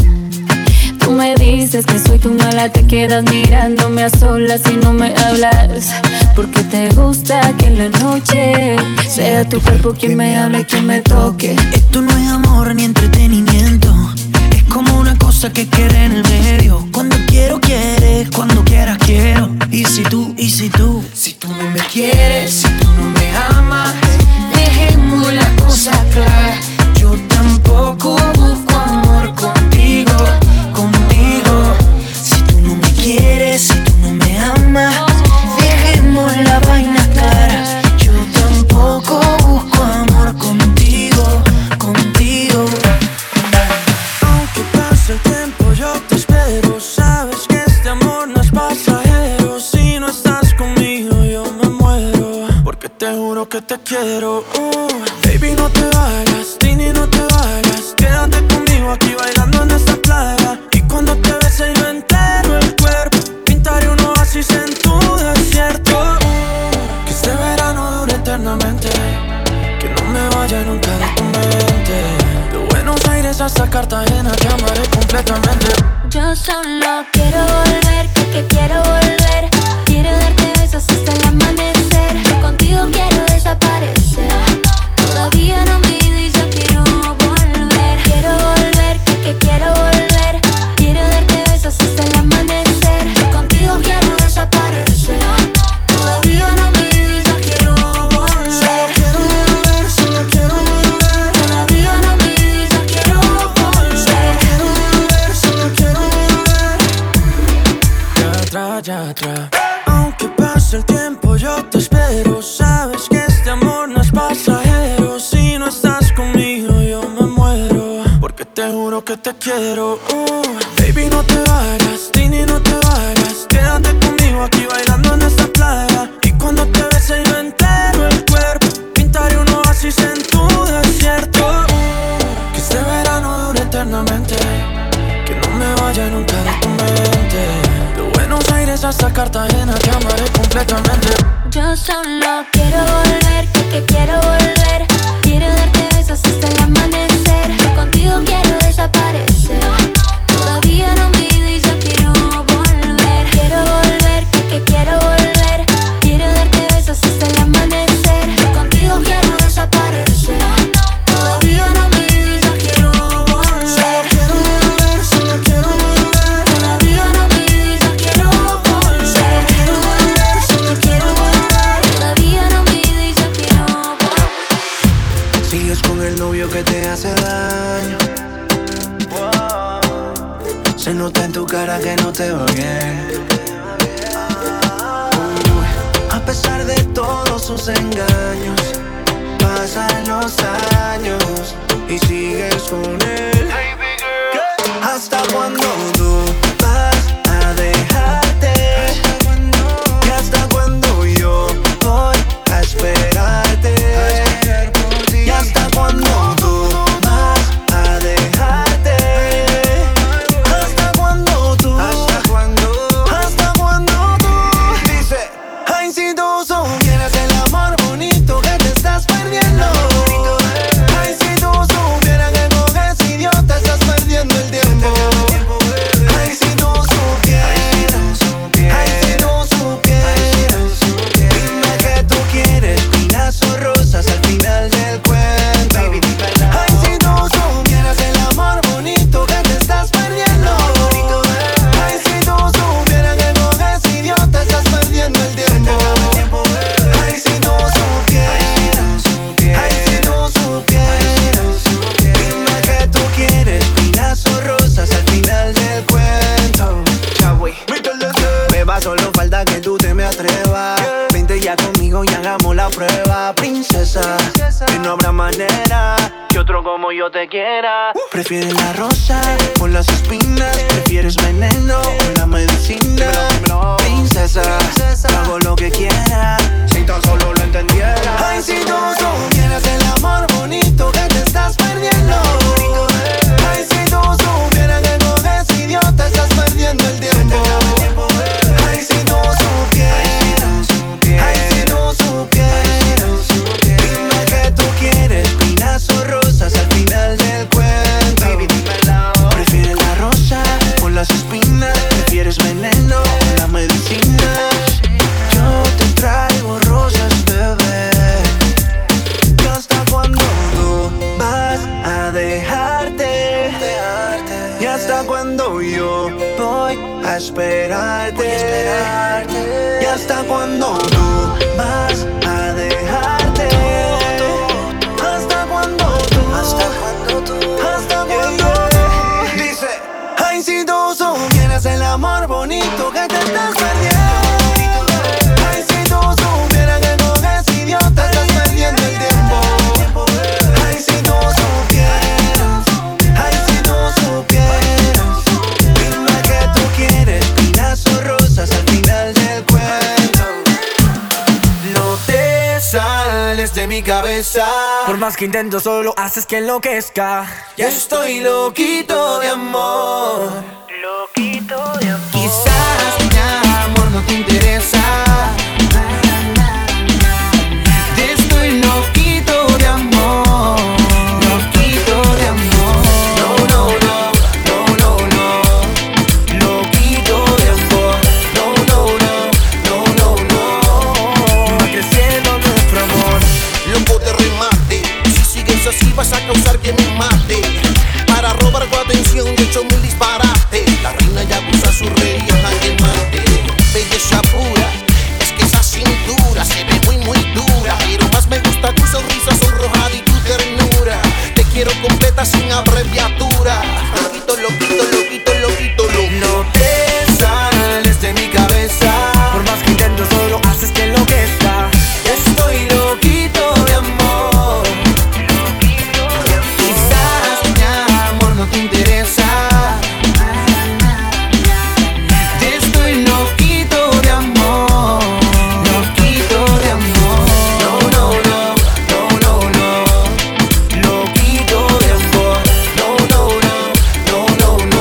Tú me dices que soy tu mala, te quedas mirándome a solas y no me hablas. Porque te gusta que en la noche sea tu cuerpo quien me hable, quien me toque. Esto no es amor ni entretenimiento, es como una cosa que quiere en el medio. Cuando quiero, quieres, cuando quieras, quiero. Y si tú, si tú no me quieres, si tú no me amas, dejemos las cosas claras. Yo tampoco busco amor contigo, contigo. Si tú no me quieres, si tú no me amas, dejemos la vaina clara. Yo tampoco busco amor contigo, contigo. Aunque pase el tiempo yo te espero. Sabes que este amor no es pasajero. Si no estás conmigo yo me muero, porque te juro que te quiero. Baby, no te vayas, Tini, no te vayas. Quédate conmigo aquí bailando en esta playa. Y cuando te bese yo entero el cuerpo, pintaré un oasis en tu desierto. Que este verano dure eternamente, que no me vaya nunca de tu mente. De Buenos Aires hasta Cartagena te amaré completamente. Yo solo quiero volver, que quiero volver. Quiero darte besos hasta el amanecer. Contigo quiero desaparecer. Todavía no me dices quiero volver. Quiero volver, que quiero volver. Quiero darte besos hasta el amanecer. Contigo quiero desaparecer. Todavía no me dices quiero volver. Solo quiero volver, solo quiero volver. Todavía no me dices quiero volver. Solo quiero volver, solo quiero volver. Ya atrás. Aunque pase el tiempo yo te espero. Sabes que este amor no es pasajero. Si no estás conmigo yo me muero, porque te juro que te quiero. Baby, no te vayas, Tini, no te vayas. Quédate conmigo aquí bailando en esta playa. Y cuando te bese yo entero el cuerpo, pintaré un oasis en tu desierto. Que este verano dure eternamente, que no me vaya nunca de tu mente. De Buenos Aires hasta Cartagena te amaré completamente. Yo solo quiero volver, que quiero volver. Quiero darte besos hasta el amanecer. Contigo quiero desaparecer. Todavía no me dices quiero volver. Quiero volver, que quiero volver. Quiero darte besos hasta el amanecer. Contigo quiero desaparecer. Todavía no me dices quiero volver. Solo quiero volver, solo quiero volver. Todavía no me dices quiero volver. Solo quiero volver, solo quiero volver. Todavía no me dices quiero volver. Sigues con el novio que te hace daño. Se nota en tu cara que no te va bien. A pesar de todos sus engaños, pasan los años y sigues con él. ¿Hasta cuándo tú vas a dejarte? ¿Y hasta cuándo yo voy a esperarte? ¿Y hasta cuándo tú vas a dejarte? ¿Hasta cuándo tú? ¿Hasta cuándo? ¿Hasta cuándo tú? Dice, ay, si tú son conmigo y hagamos la prueba, princesa. Que no habrá manera que otro como yo te quiera. Prefieres la rosa o las espinas, prefieres veneno o la medicina. Princesa, yo hago lo que quiera, si tan solo lo entendieras. Ay, si tú supieras el amor bonito que te estás perdiendo. Ay, si tú supieras que con ese idiota estás perdiendo el tiempo. Ay, si tú supieras, ay, si tú supieras. Dime que tú quieres espinas o rosas al final del cuento. Baby, dímelo. ¿Prefieres la rosa o las espinas? ¿Prefieres veneno o la medicina? Yo te traigo rosas, bebé. ¿Y hasta cuándo tú vas a dejarte? ¿Y hasta cuándo yo voy a esperarte? ¿Y hasta cuándo tú vas a dejarte? ¿Hasta cuándo tú? ¿Hasta cuándo tú? ¿Hasta cuándo tú? Dice, ay, si tú supieras el amor bonito que te estás perdiendo. Ay, si tú supieras que con ese idiota estás perdiendo el tiempo. Ay, si tú supieras, ay, si tú supieras. Dime que tú quieres espinas o rosas al final del cuento. No te sales de mi cabeza. Por más que intento solo haces que enloquezca. Ya estoy loquito de amor. Loquito de amor. Quizás mi amor no te interesa. Estoy loquito de amor. Loquito de amor. No, no, no, no, no, no. Loquito de amor. No, no, no, no, no, no. Va creciendo nuestro amor. Loco de remate, si sigues así vas a causar que me mate. Para robar tu atención de 8000 disparates. La reina ya usa su rey y jaque mate. Belleza pura, es que esa cintura se ve muy muy dura. Pero más me gusta tu sonrisa sonrojada y tu ternura. Te quiero completa sin abreviatura. Loquito, loquito, loquito, loquito, loquito. No te sales de mi cabeza. Por más que intento solo haces que enloquezca. Estoy loquito de amor. Quizás mi amor no te interesa. Estoy loquito de amor. Loquito de amor. No, no, no, no, no, no. Loquito de amor. No, no, no, no, no,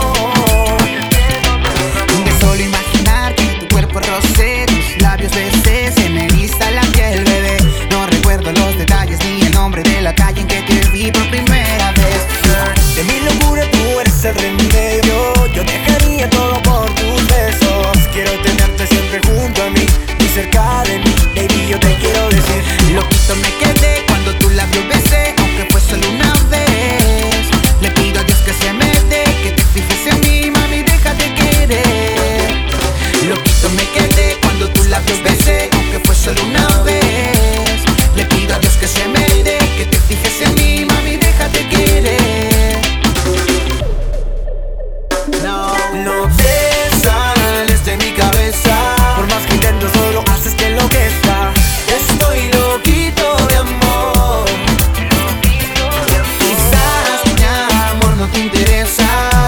no. De solo imaginar que tu cuerpo roce, tus labios besé, se me eriza la piel, bebé. No recuerdo los detalles ni el nombre de la calle en que te vi por primera vez. De mi locura tú eres el remedio. Yo dejaría todo por tus besos. Quiero tenerte siempre junto a mí, muy cerca de mí. Baby, yo te quiero decir, Loquito me quedé cuando tu labio besé, aunque fue solo una vez. Le pido a Dios que se me dé, que te fijes en mí, mami, déjate querer. Loquito me quedé cuando tu labio besé, aunque fue solo una vez. Le pido a Dios que se me dé, que te fijes en mí, mami, déjate querer. No, no te sales de mi cabeza. por más que intento solo haces que enloquezca. Estoy loquito de amor. Quizás mi amor no te interesa.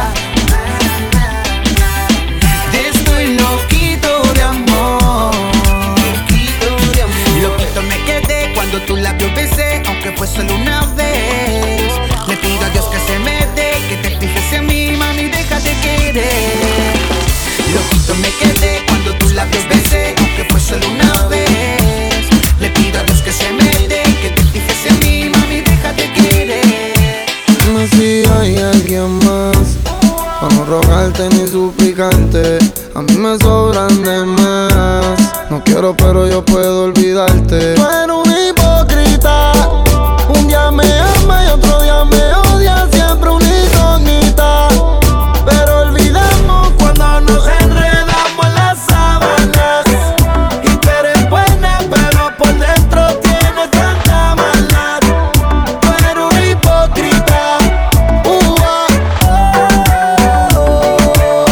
Estoy loquito de amor. Loquito de amor. Loquito me quedé cuando tu labio besé, aunque fue solo una vez. Le pido a Dios que se me dé, que te fijes en mí, mami, déjate querer. Loquito me quedé cuando tu labios besé, aunque fue solo una vez. Le pido a Dios que se me dé, que te fijes en mí, mami, déjate querer. Dime si hay alguien más, para no rogarte ni suplicarte. A mí me sobran de más. No quiero pero yo puedo olvidarte. Tú eres un hipócrita. Un día me ama y otro día me odia. Siempre una incógnita. Pero olvidamos cuando nos enredamos en las sábanas. Y tú eres buena pero por dentro tienes tanta maldad. Tú eres un hipócrita.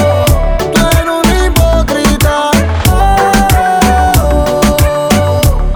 Tú eres un hipócrita.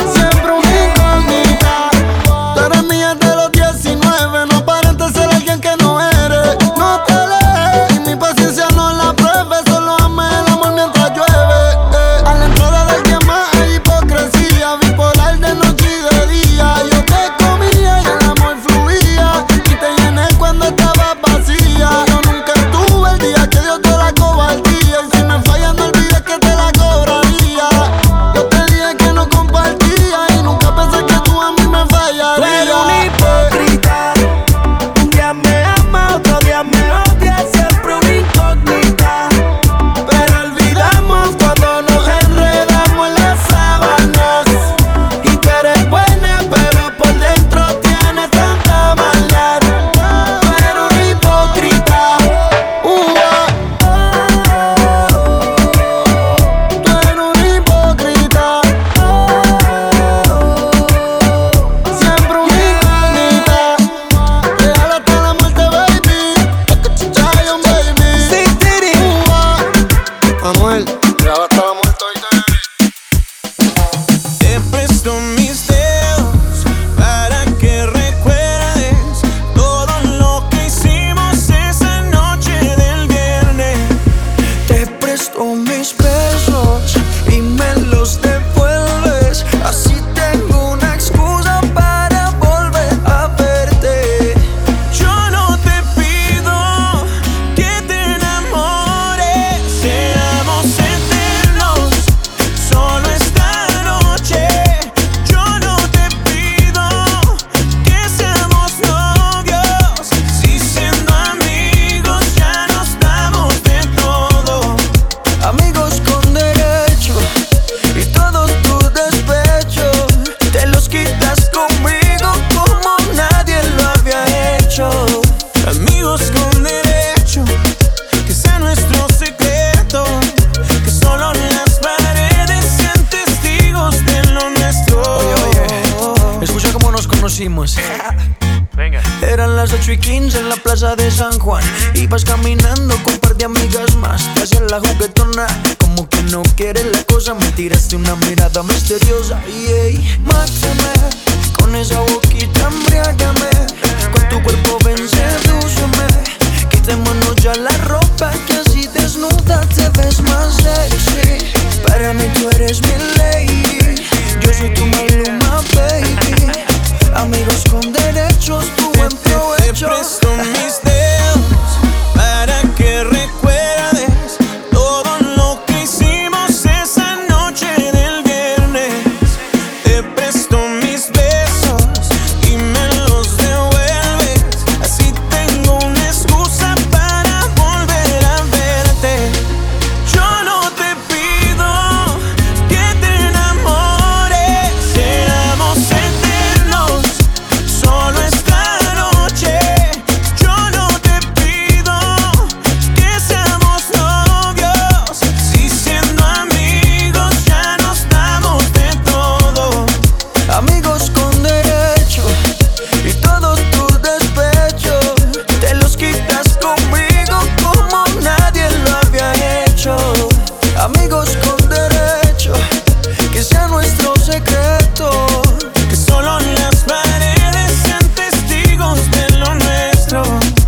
presto mis dedos para que recuerdes todo lo que hicimos esa noche del viernes. Te presto mis besos y me los devuelves. Así tengo una excusa para volver a verte. Yo no te pido que te enamores, seamos eternos, solo esta noche. Yo no te pido que seamos novios, si siendo amigos ya nos damos de todo. Amigos con derecho y todos tus despechos te los quitas conmigo como nadie lo había hecho. Amigos con derecho, que sea nuestro secreto, que solo las paredes sean testigos de lo nuestro. Oye, escucha cómo nos conocimos. Venga. Eran las 8:15 en la plaza de San Juan. Ibas caminando con un par de amigas más. Te hacías la juguetona, como que no quieres la cosa. Me tiraste una mirada misteriosa. Mátame, con esa boquita embriágame. Con tu cuerpo ven, sedúceme. Quitémonos ya la ropa, que así desnuda te ves más sexy. Para mí tú eres mi lady, yo soy tu Maluma, baby. Amigos con derechos, tu buen provecho. Te presto mis dedos para que recuerdes todo lo que hicimos esa noche del viernes. Te presto mis besos y me los devuelves. Así tengo una excusa para volver a verte. Yo no te pido que te enamores, seamos eternos, solo esta noche. Yo no te pido que seamos novios, si siendo amigos ya nos damos de todo. Amigos con derecho y todos tus despechos te los quitas conmigo como nadie lo había hecho. Amigos con derecho, que sea nuestro secreto, Que solo las paredes sean testigos de lo nuestro.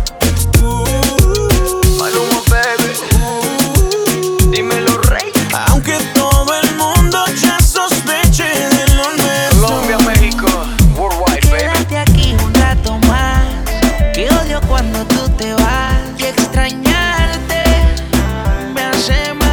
Maluma, baby. Dímelo, rey. Aunque todo el mundo ya sospeche de lo nuestro. Colombia, México, worldwide, baby. Quédate aquí un rato más, que odio cuando tú te vas. Y extrañarte me hace mal.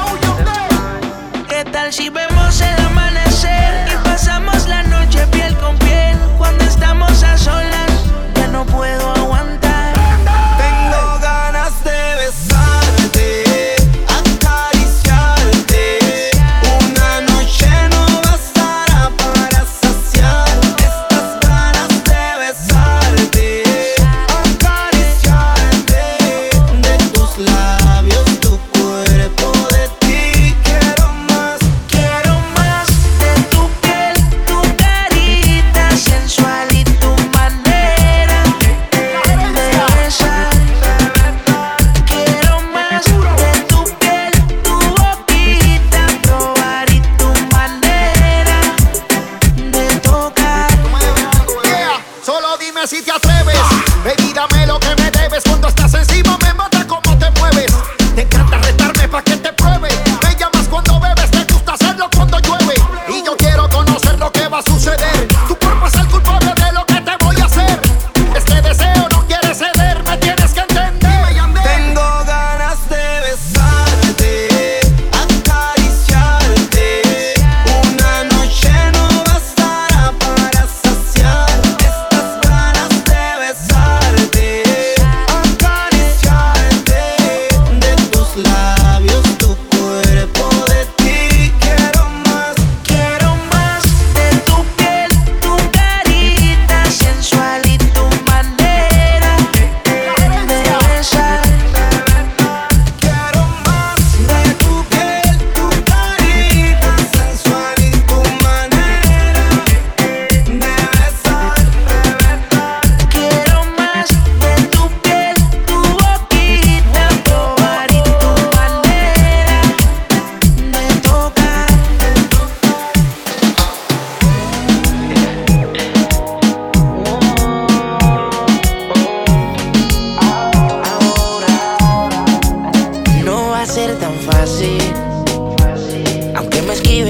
¿Qué tal si vemos el amanecer y pasamos la noche piel con piel? Cuando estamos a solas ya no puedo aguantar. Tengo ganas de besarte, acariciarte. Una noche no bastará para saciar estas ganas de besarte, acariciarte. De tus labios, tu cuerpo, de ti quiero más. Quiero más de tu piel, tu carita sensual y tu manera de besar. Quiero más de tu piel, tu boquita, probar y tu manera de tocar. Yeah, solo dime si te atreves. Baby, dame lo que me debes. Cuando estás encima me mata como te mueves. Te encanta retarme pa' que te pruebe. Me llamas cuando bebes, te gusta hacerlo cuando llueve. Y yo quiero conocer lo que va a suceder. Tu cuerpo es el culpable de lo que te voy a hacer. Este deseo no quiere ceder, me tienes que entender. Tengo ganas de besarte, acariciarte. Una noche no bastará para saciar estas ganas de besarte,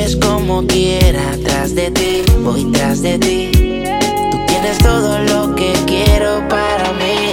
ves como quiera, tras de ti, voy tras de ti. Tú tienes todo lo que quiero para mí.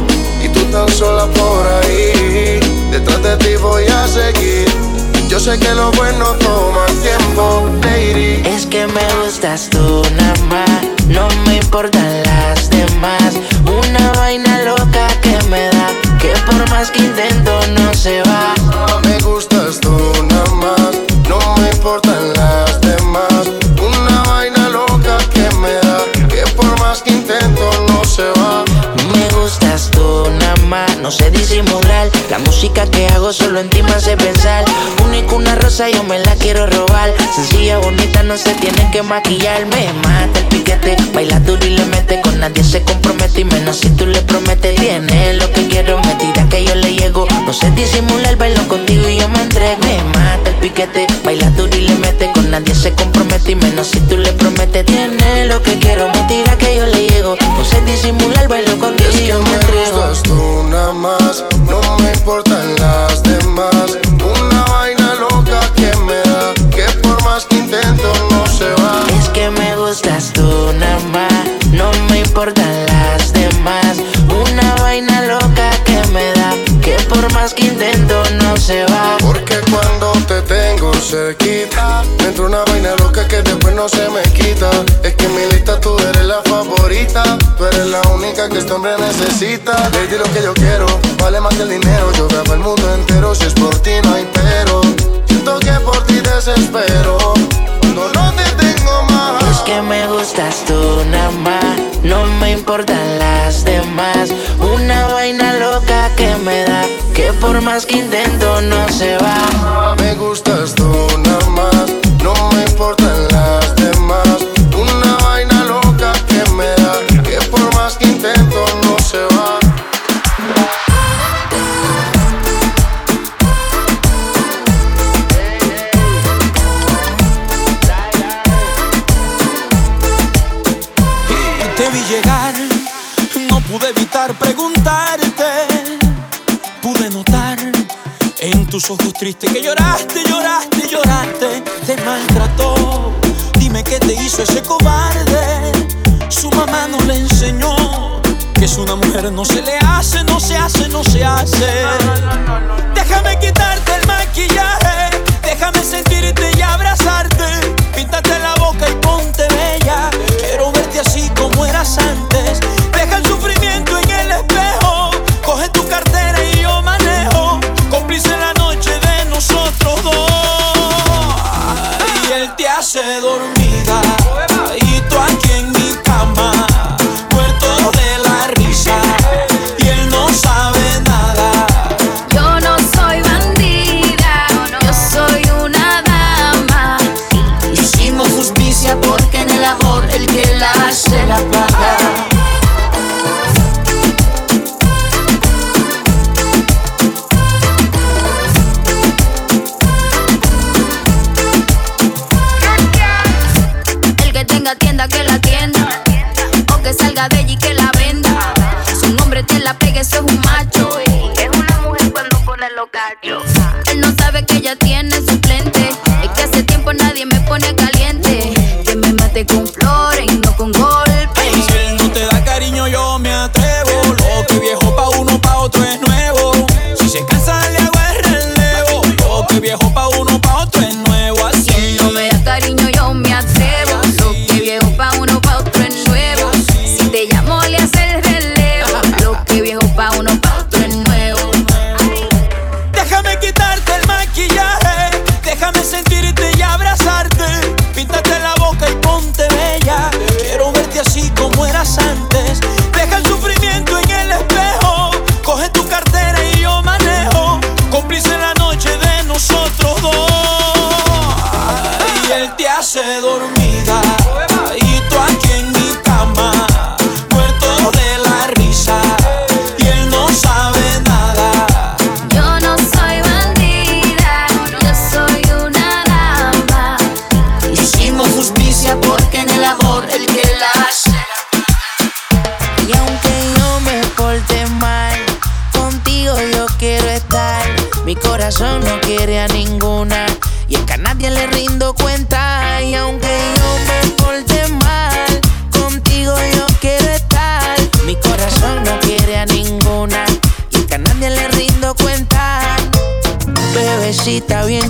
Y tú tan sola por ahí, detrás de ti voy a seguir. Yo sé que lo bueno toma tiempo, lady. Es que me gustas tú nada más, no me importan las demás. Una vaina loca que me da, que por más que intento no se va. Me gustas tú nada más, no me importan las demás. Una vaina loca que me da, que por más que intento no se va. Me gustas tú nada más, no sé disimular. La música que hago solo en ti me hace pensar. Única una rosa, yo me la quiero robar. Sencilla, bonita, no se tiene que maquillar. Me mata el piquete, baila duro y le mete. Con nadie se compromete y menos si tú le prometes. Tiene lo que quiero, me tira que yo le llego. No sé disimular, bailo contigo y yo me entrego. Me mata el piquete, baila duro y le mete. Con nadie se compromete y menos si tú le prometes. Tiene lo que quiero, me tira que yo le llego. No sé disimular, bailo contigo y yo me entrego. Me gustas tú nada más, no me importan las demás. Una vaina loca que me da, que por más que intento no se va. Es que me gustas tú nada más, no me importan las demás. Una vaina loca que me da, que por más que intento no se va. Porque cuando te tengo cerquita, me entra una vaina loca que después no se me quita. Es que en mi lista tú eres la favorita, tú eres la única que este hombre necesita. Lady, lo que yo quiero vale más que el dinero. Yo grabo el mundo entero, si es por ti no hay pero. Siento que por ti desespero cuando no te tengo más. Es que me gustas tú nada más, no me importan las demás. Una vaina loca que me da, que por más que intento no se va. Me gustas tú nada más, no me importan las demás. Una vaina loca que me da, que por más que intento no se va. Te vi llegar, no pude evitar preguntarte. Pude notar en tus ojos tristes que lloraste, lloraste, lloraste. Te maltrató, dime qué te hizo ese cobarde. Su mamá no le enseñó que es una mujer, no se le hace, no se hace, no se hace. Déjame quitarte el maquillaje, déjame sentirte y abrazarte. Píntate la boca y ponte bella, quiero verte así como eras antes. Deja el sufrimiento en el espejo, coge tu cartera y yo manejo. Cómplice la noche de nosotros dos. Y él te hace dormida, y tú aquí en mi cama, muerto de la risa, y él no sabe nada. Yo no soy bandida, yo soy una dama. Hicimos justicia porque en el amor el que la hace la paga. El que tenga tienda que la tienda, o que salga de allí que la venda. Si un hombre te la pega, eso es un macho. Es una mujer cuando pone los cachos. Él no sabe que ella tiene suplente. Es que hace tiempo nadie me pone caliente. Que me mate con flores y no con golpes. Si él no te da cariño yo me atrevo. Lo que viejo pa' uno pa' otro es nuevo. Si se cansa le hago el relevo. Lo que viejo pa' uno pa' otro es nuevo. Así Si él no me da cariño yo me atrevo. Lo que viejo pa' uno pa' otro es nuevo. Si te llamo le hace el relevo. Lo que viejo pa' uno pa' otro es nuevo. déjame quitarte el maquillaje, déjame sentirte y abrazarte. Píntate la boca y ponte bella, quiero verte así como eras antes. Deja el sufrimiento en el espejo, coge tu cartera y yo manejo. Cómplice la noche de nosotros dos. Y él te hace dormida, y tú aquí en mi cama, muerto de la risa, y él no sabe nada. Yo no soy bandida, yo soy una dama. Hicimos justicia porque en el amor el que la hace. Y aunque yo me porte mal, contigo yo quiero estar. Mi corazón no quiere a ninguna, y es que a nadie le rindo cuenta.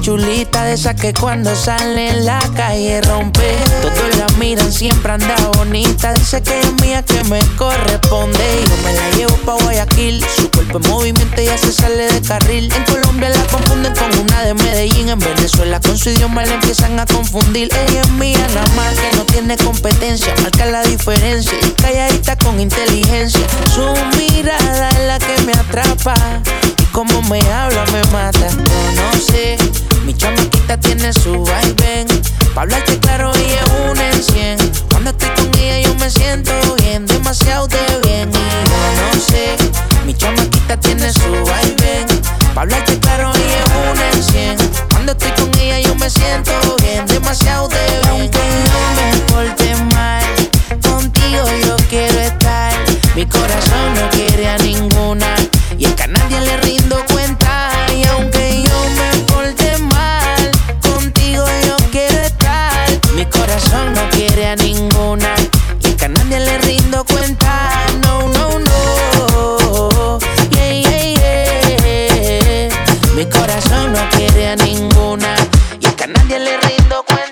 chulita de esas que cuando sale en la calle rompe. Todos la miran, siempre anda bonita. Dice que es mía, que me corresponde. Y yo me la llevo pa' Guayaquil. Su cuerpo en movimiento ya se sale de carril. En Colombia la confunden con una de Medellín. En Venezuela con su idioma la empiezan a confundir. Ella es mía nada más, que no tiene competencia. Marca la diferencia y calladita con inteligencia. Su mirada es la que me atrapa. Y como me habla me mata. Yo no sé, mi chamaquita tiene su vaivén. Pa' hablarte claro ella es una en 100. Cuando estoy con ella yo me siento bien, demasiado de bien. Y yo no sé, mi chamaquita tiene su vaivén. Pa' hablarte claro ella es una en 100. Cuando estoy con ella yo me siento bien, demasiado de bien. Aunque yo me porte mal, contigo yo quiero estar. Mi corazón no quiere a ninguna y es que a nadie le rindo cuenta. Y aunque yo me porte mal, contigo yo quiero estar. Mi corazón no quiere a ninguna y es que a nadie le rindo cuenta. No, no, no. Yeah, yeah, yeah. Mi corazón no quiere a ninguna y es que a nadie le rindo cuenta.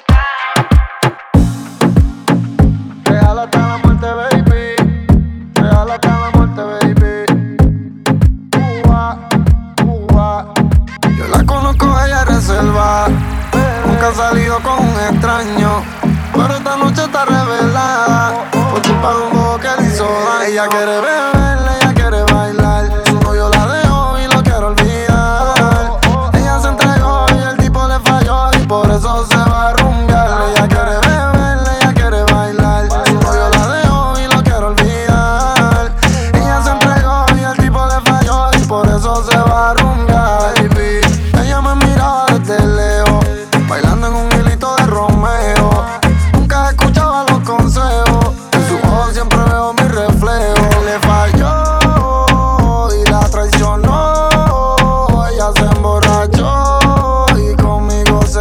Real hasta la muerte, baby. Real hasta la muerte, baby. Yo la conozco, ella es reservada. Nunca ha salido con un extraño, pero esta noche está revelada. Por culpa de un bobo que le hizo daño. Ella quiere beber, ella quiere bailar. Su novio la dejó y lo quiere olvidar. Ella se entregó y el tipo le falló y por eso se va a rumbear. Ella quiere beber, ella quiere bailar. Su novio la dejó y lo quiere olvidar. Ella se entregó y el tipo le falló y por eso se va a rumbear, baby. Ella me miraba desde lejos, bailando en un hilito de Romeo. Nunca escuchaba los consejos, en su ojos siempre veo mi reflejo. Le falló y la traicionó. Ella se emborrachó y conmigo se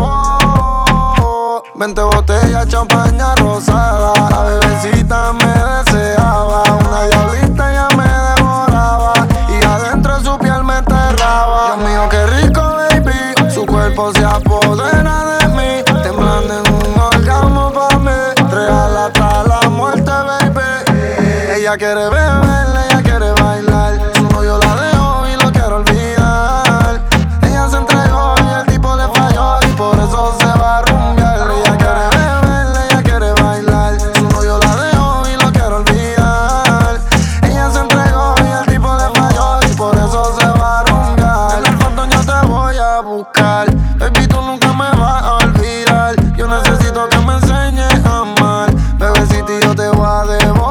escapó. 20 botellas, champaña rosada. La bebecita me deseaba. Una diablita ya me devoraba y adentro de su piel me enterraba. Dios mío, qué rico, baby. Su cuerpo se apodera de mí, temblando en un orgasmo pa' mí. Real hasta la muerte, baby. Ella quiere beber, ella quiere bailar. Su novio la dejó y lo quiere olvidar. Ella se entregó y el tipo le falló y por eso se va a rumbear. Ella quiere beber, ella quiere bailar. Su novio la dejó y lo quiere olvidar. Ella se entregó y el tipo le falló y por eso se va a rumbear. En el fondo yo te voy a buscar, baby, tú nunca me vas a olvidar. Yo necesito que me enseñes a amar, bebecita, y yo te voy a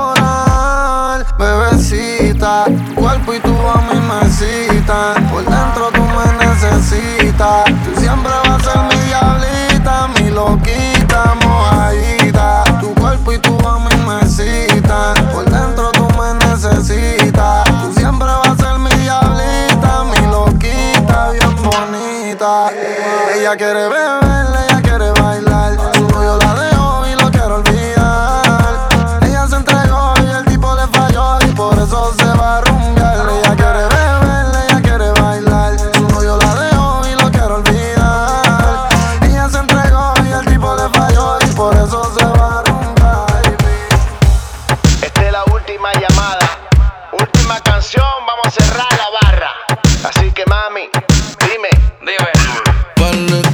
devorar. Bebecita, tu cuerpo y tu a mí me citan. Por dentro tú me necesitas. Tú siempre vas a ser mi diablita, mi loquita, mojadita. Tu cuerpo y tu a mí me citan. Por dentro tú me necesitas. Tú siempre vas a ser mi diablita, mi loquita, bien bonita. Ella quiere beber, ella quiere bailar. Su novio la dejó y lo quiere olvidar. Ella se entregó y el tipo le falló y por eso se va a rumbear. Ella quiere beber, ella quiere bailar. Su novio la dejó y lo quiere olvidar. Ella se entregó y el tipo le falló y por eso se va a rumbear. Esta es la última llamada, última canción, vamos a cerrar la barra. Así que mami, dime. ¿Cuál es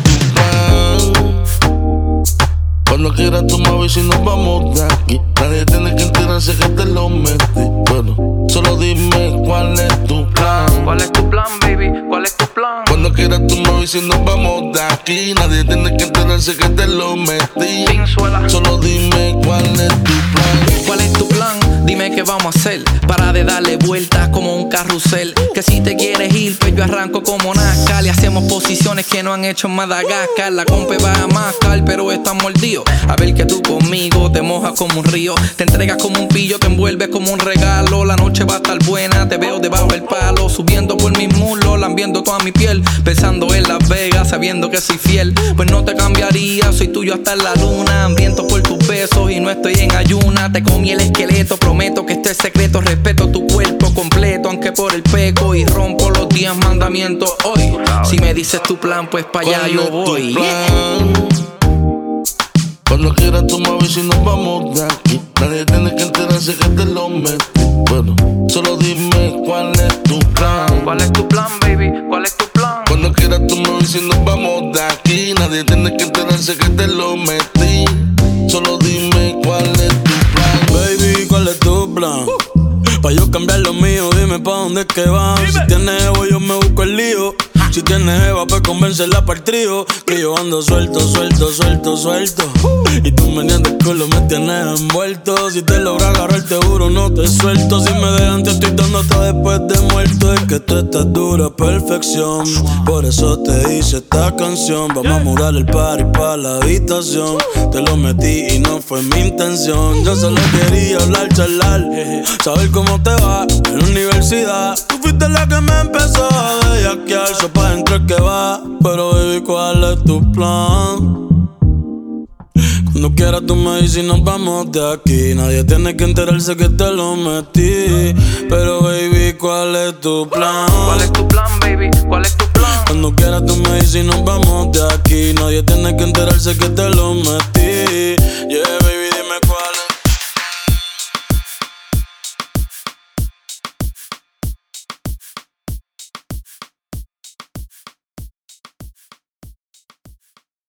tu plan? Cuando quieras tú me avisas y nos vamos de aquí. Nadie tiene que enterarse que te lo metí. Bueno, solo dime cuál es tu plan. ¿Cuál es tu plan, baby? ¿Cuál es tu plan? Cuando quieras tú me avisas y nos vamos de aquí. Nadie tiene que enterarse que te lo metí. Solo dime cuál es tu plan. ¿Cuál es tu plan? Dime qué vamos a hacer para de darle vueltas como un carrusel. Que si te quieres ir, pues yo arranco como NASCAR. Y hacemos posiciones que no han hecho en Madagascar. La compa va a mascar, pero está mordido. A ver que tú conmigo te mojas como un río. Te entregas como un pillo, te envuelves como un regalo. La noche va a estar buena, te veo debajo del palo. Subiendo por mis muslos, lambiendo toda mi piel. Pensando en Las Vegas, sabiendo que soy fiel. Pues no te cambiaría, soy tuyo hasta la luna. Hambriento por tus besos y no estoy en ayuna. Te comí el esqueleto, prometo que este es secreto. Respeto tu cuerpo completo, aunque por el peco. Y rompo los 10 mandamientos hoy. Si me dices tu plan, pues para allá yo voy. Cuando quieras tú me avisas y nos vamos de aquí. Nadie tiene que enterarse que te lo metí. Bueno, solo dime cuál es tu plan. ¿Cuál es tu plan, baby? ¿Cuál es tu plan? Cuando quieras tú me avisas y nos vamos de aquí. Nadie tiene que enterarse que te lo metí. Solo dime cuál es tu plan. Baby, ¿cuál es tu plan? Pa' yo cambiar lo mío, dime pa' dónde es que van. Si tienes ego, yo me busco el lío. Si tienes eva, pues convéncela para el trío. Que yo ando suelto. Y tú meneando el culo me tienes envuelto. Si te logro agarrar, te juro, no te suelto. Si me dejan, te estoy dando hasta después de muerto. Es que tú estás dura, perfección. Por eso te hice esta canción. Vamos a mudar el party pa' la habitación. Te lo metí y no fue mi intención. Yo solo quería hablar, charlar, saber cómo te va en la universidad. Tú fuiste la que me empezó a bellaquear. So pa' dentro es que va. Pero baby, ¿cuál es tu plan? Cuando quieras tú me dices y nos vamos de aquí. Nadie tiene que enterarse que te lo metí. Pero baby, ¿cuál es tu plan? ¿Cuál es tu plan, baby? ¿Cuál es tu plan? Cuando quieras tú me dices y nos vamos de aquí. Nadie tiene que enterarse que te lo metí. Yeah.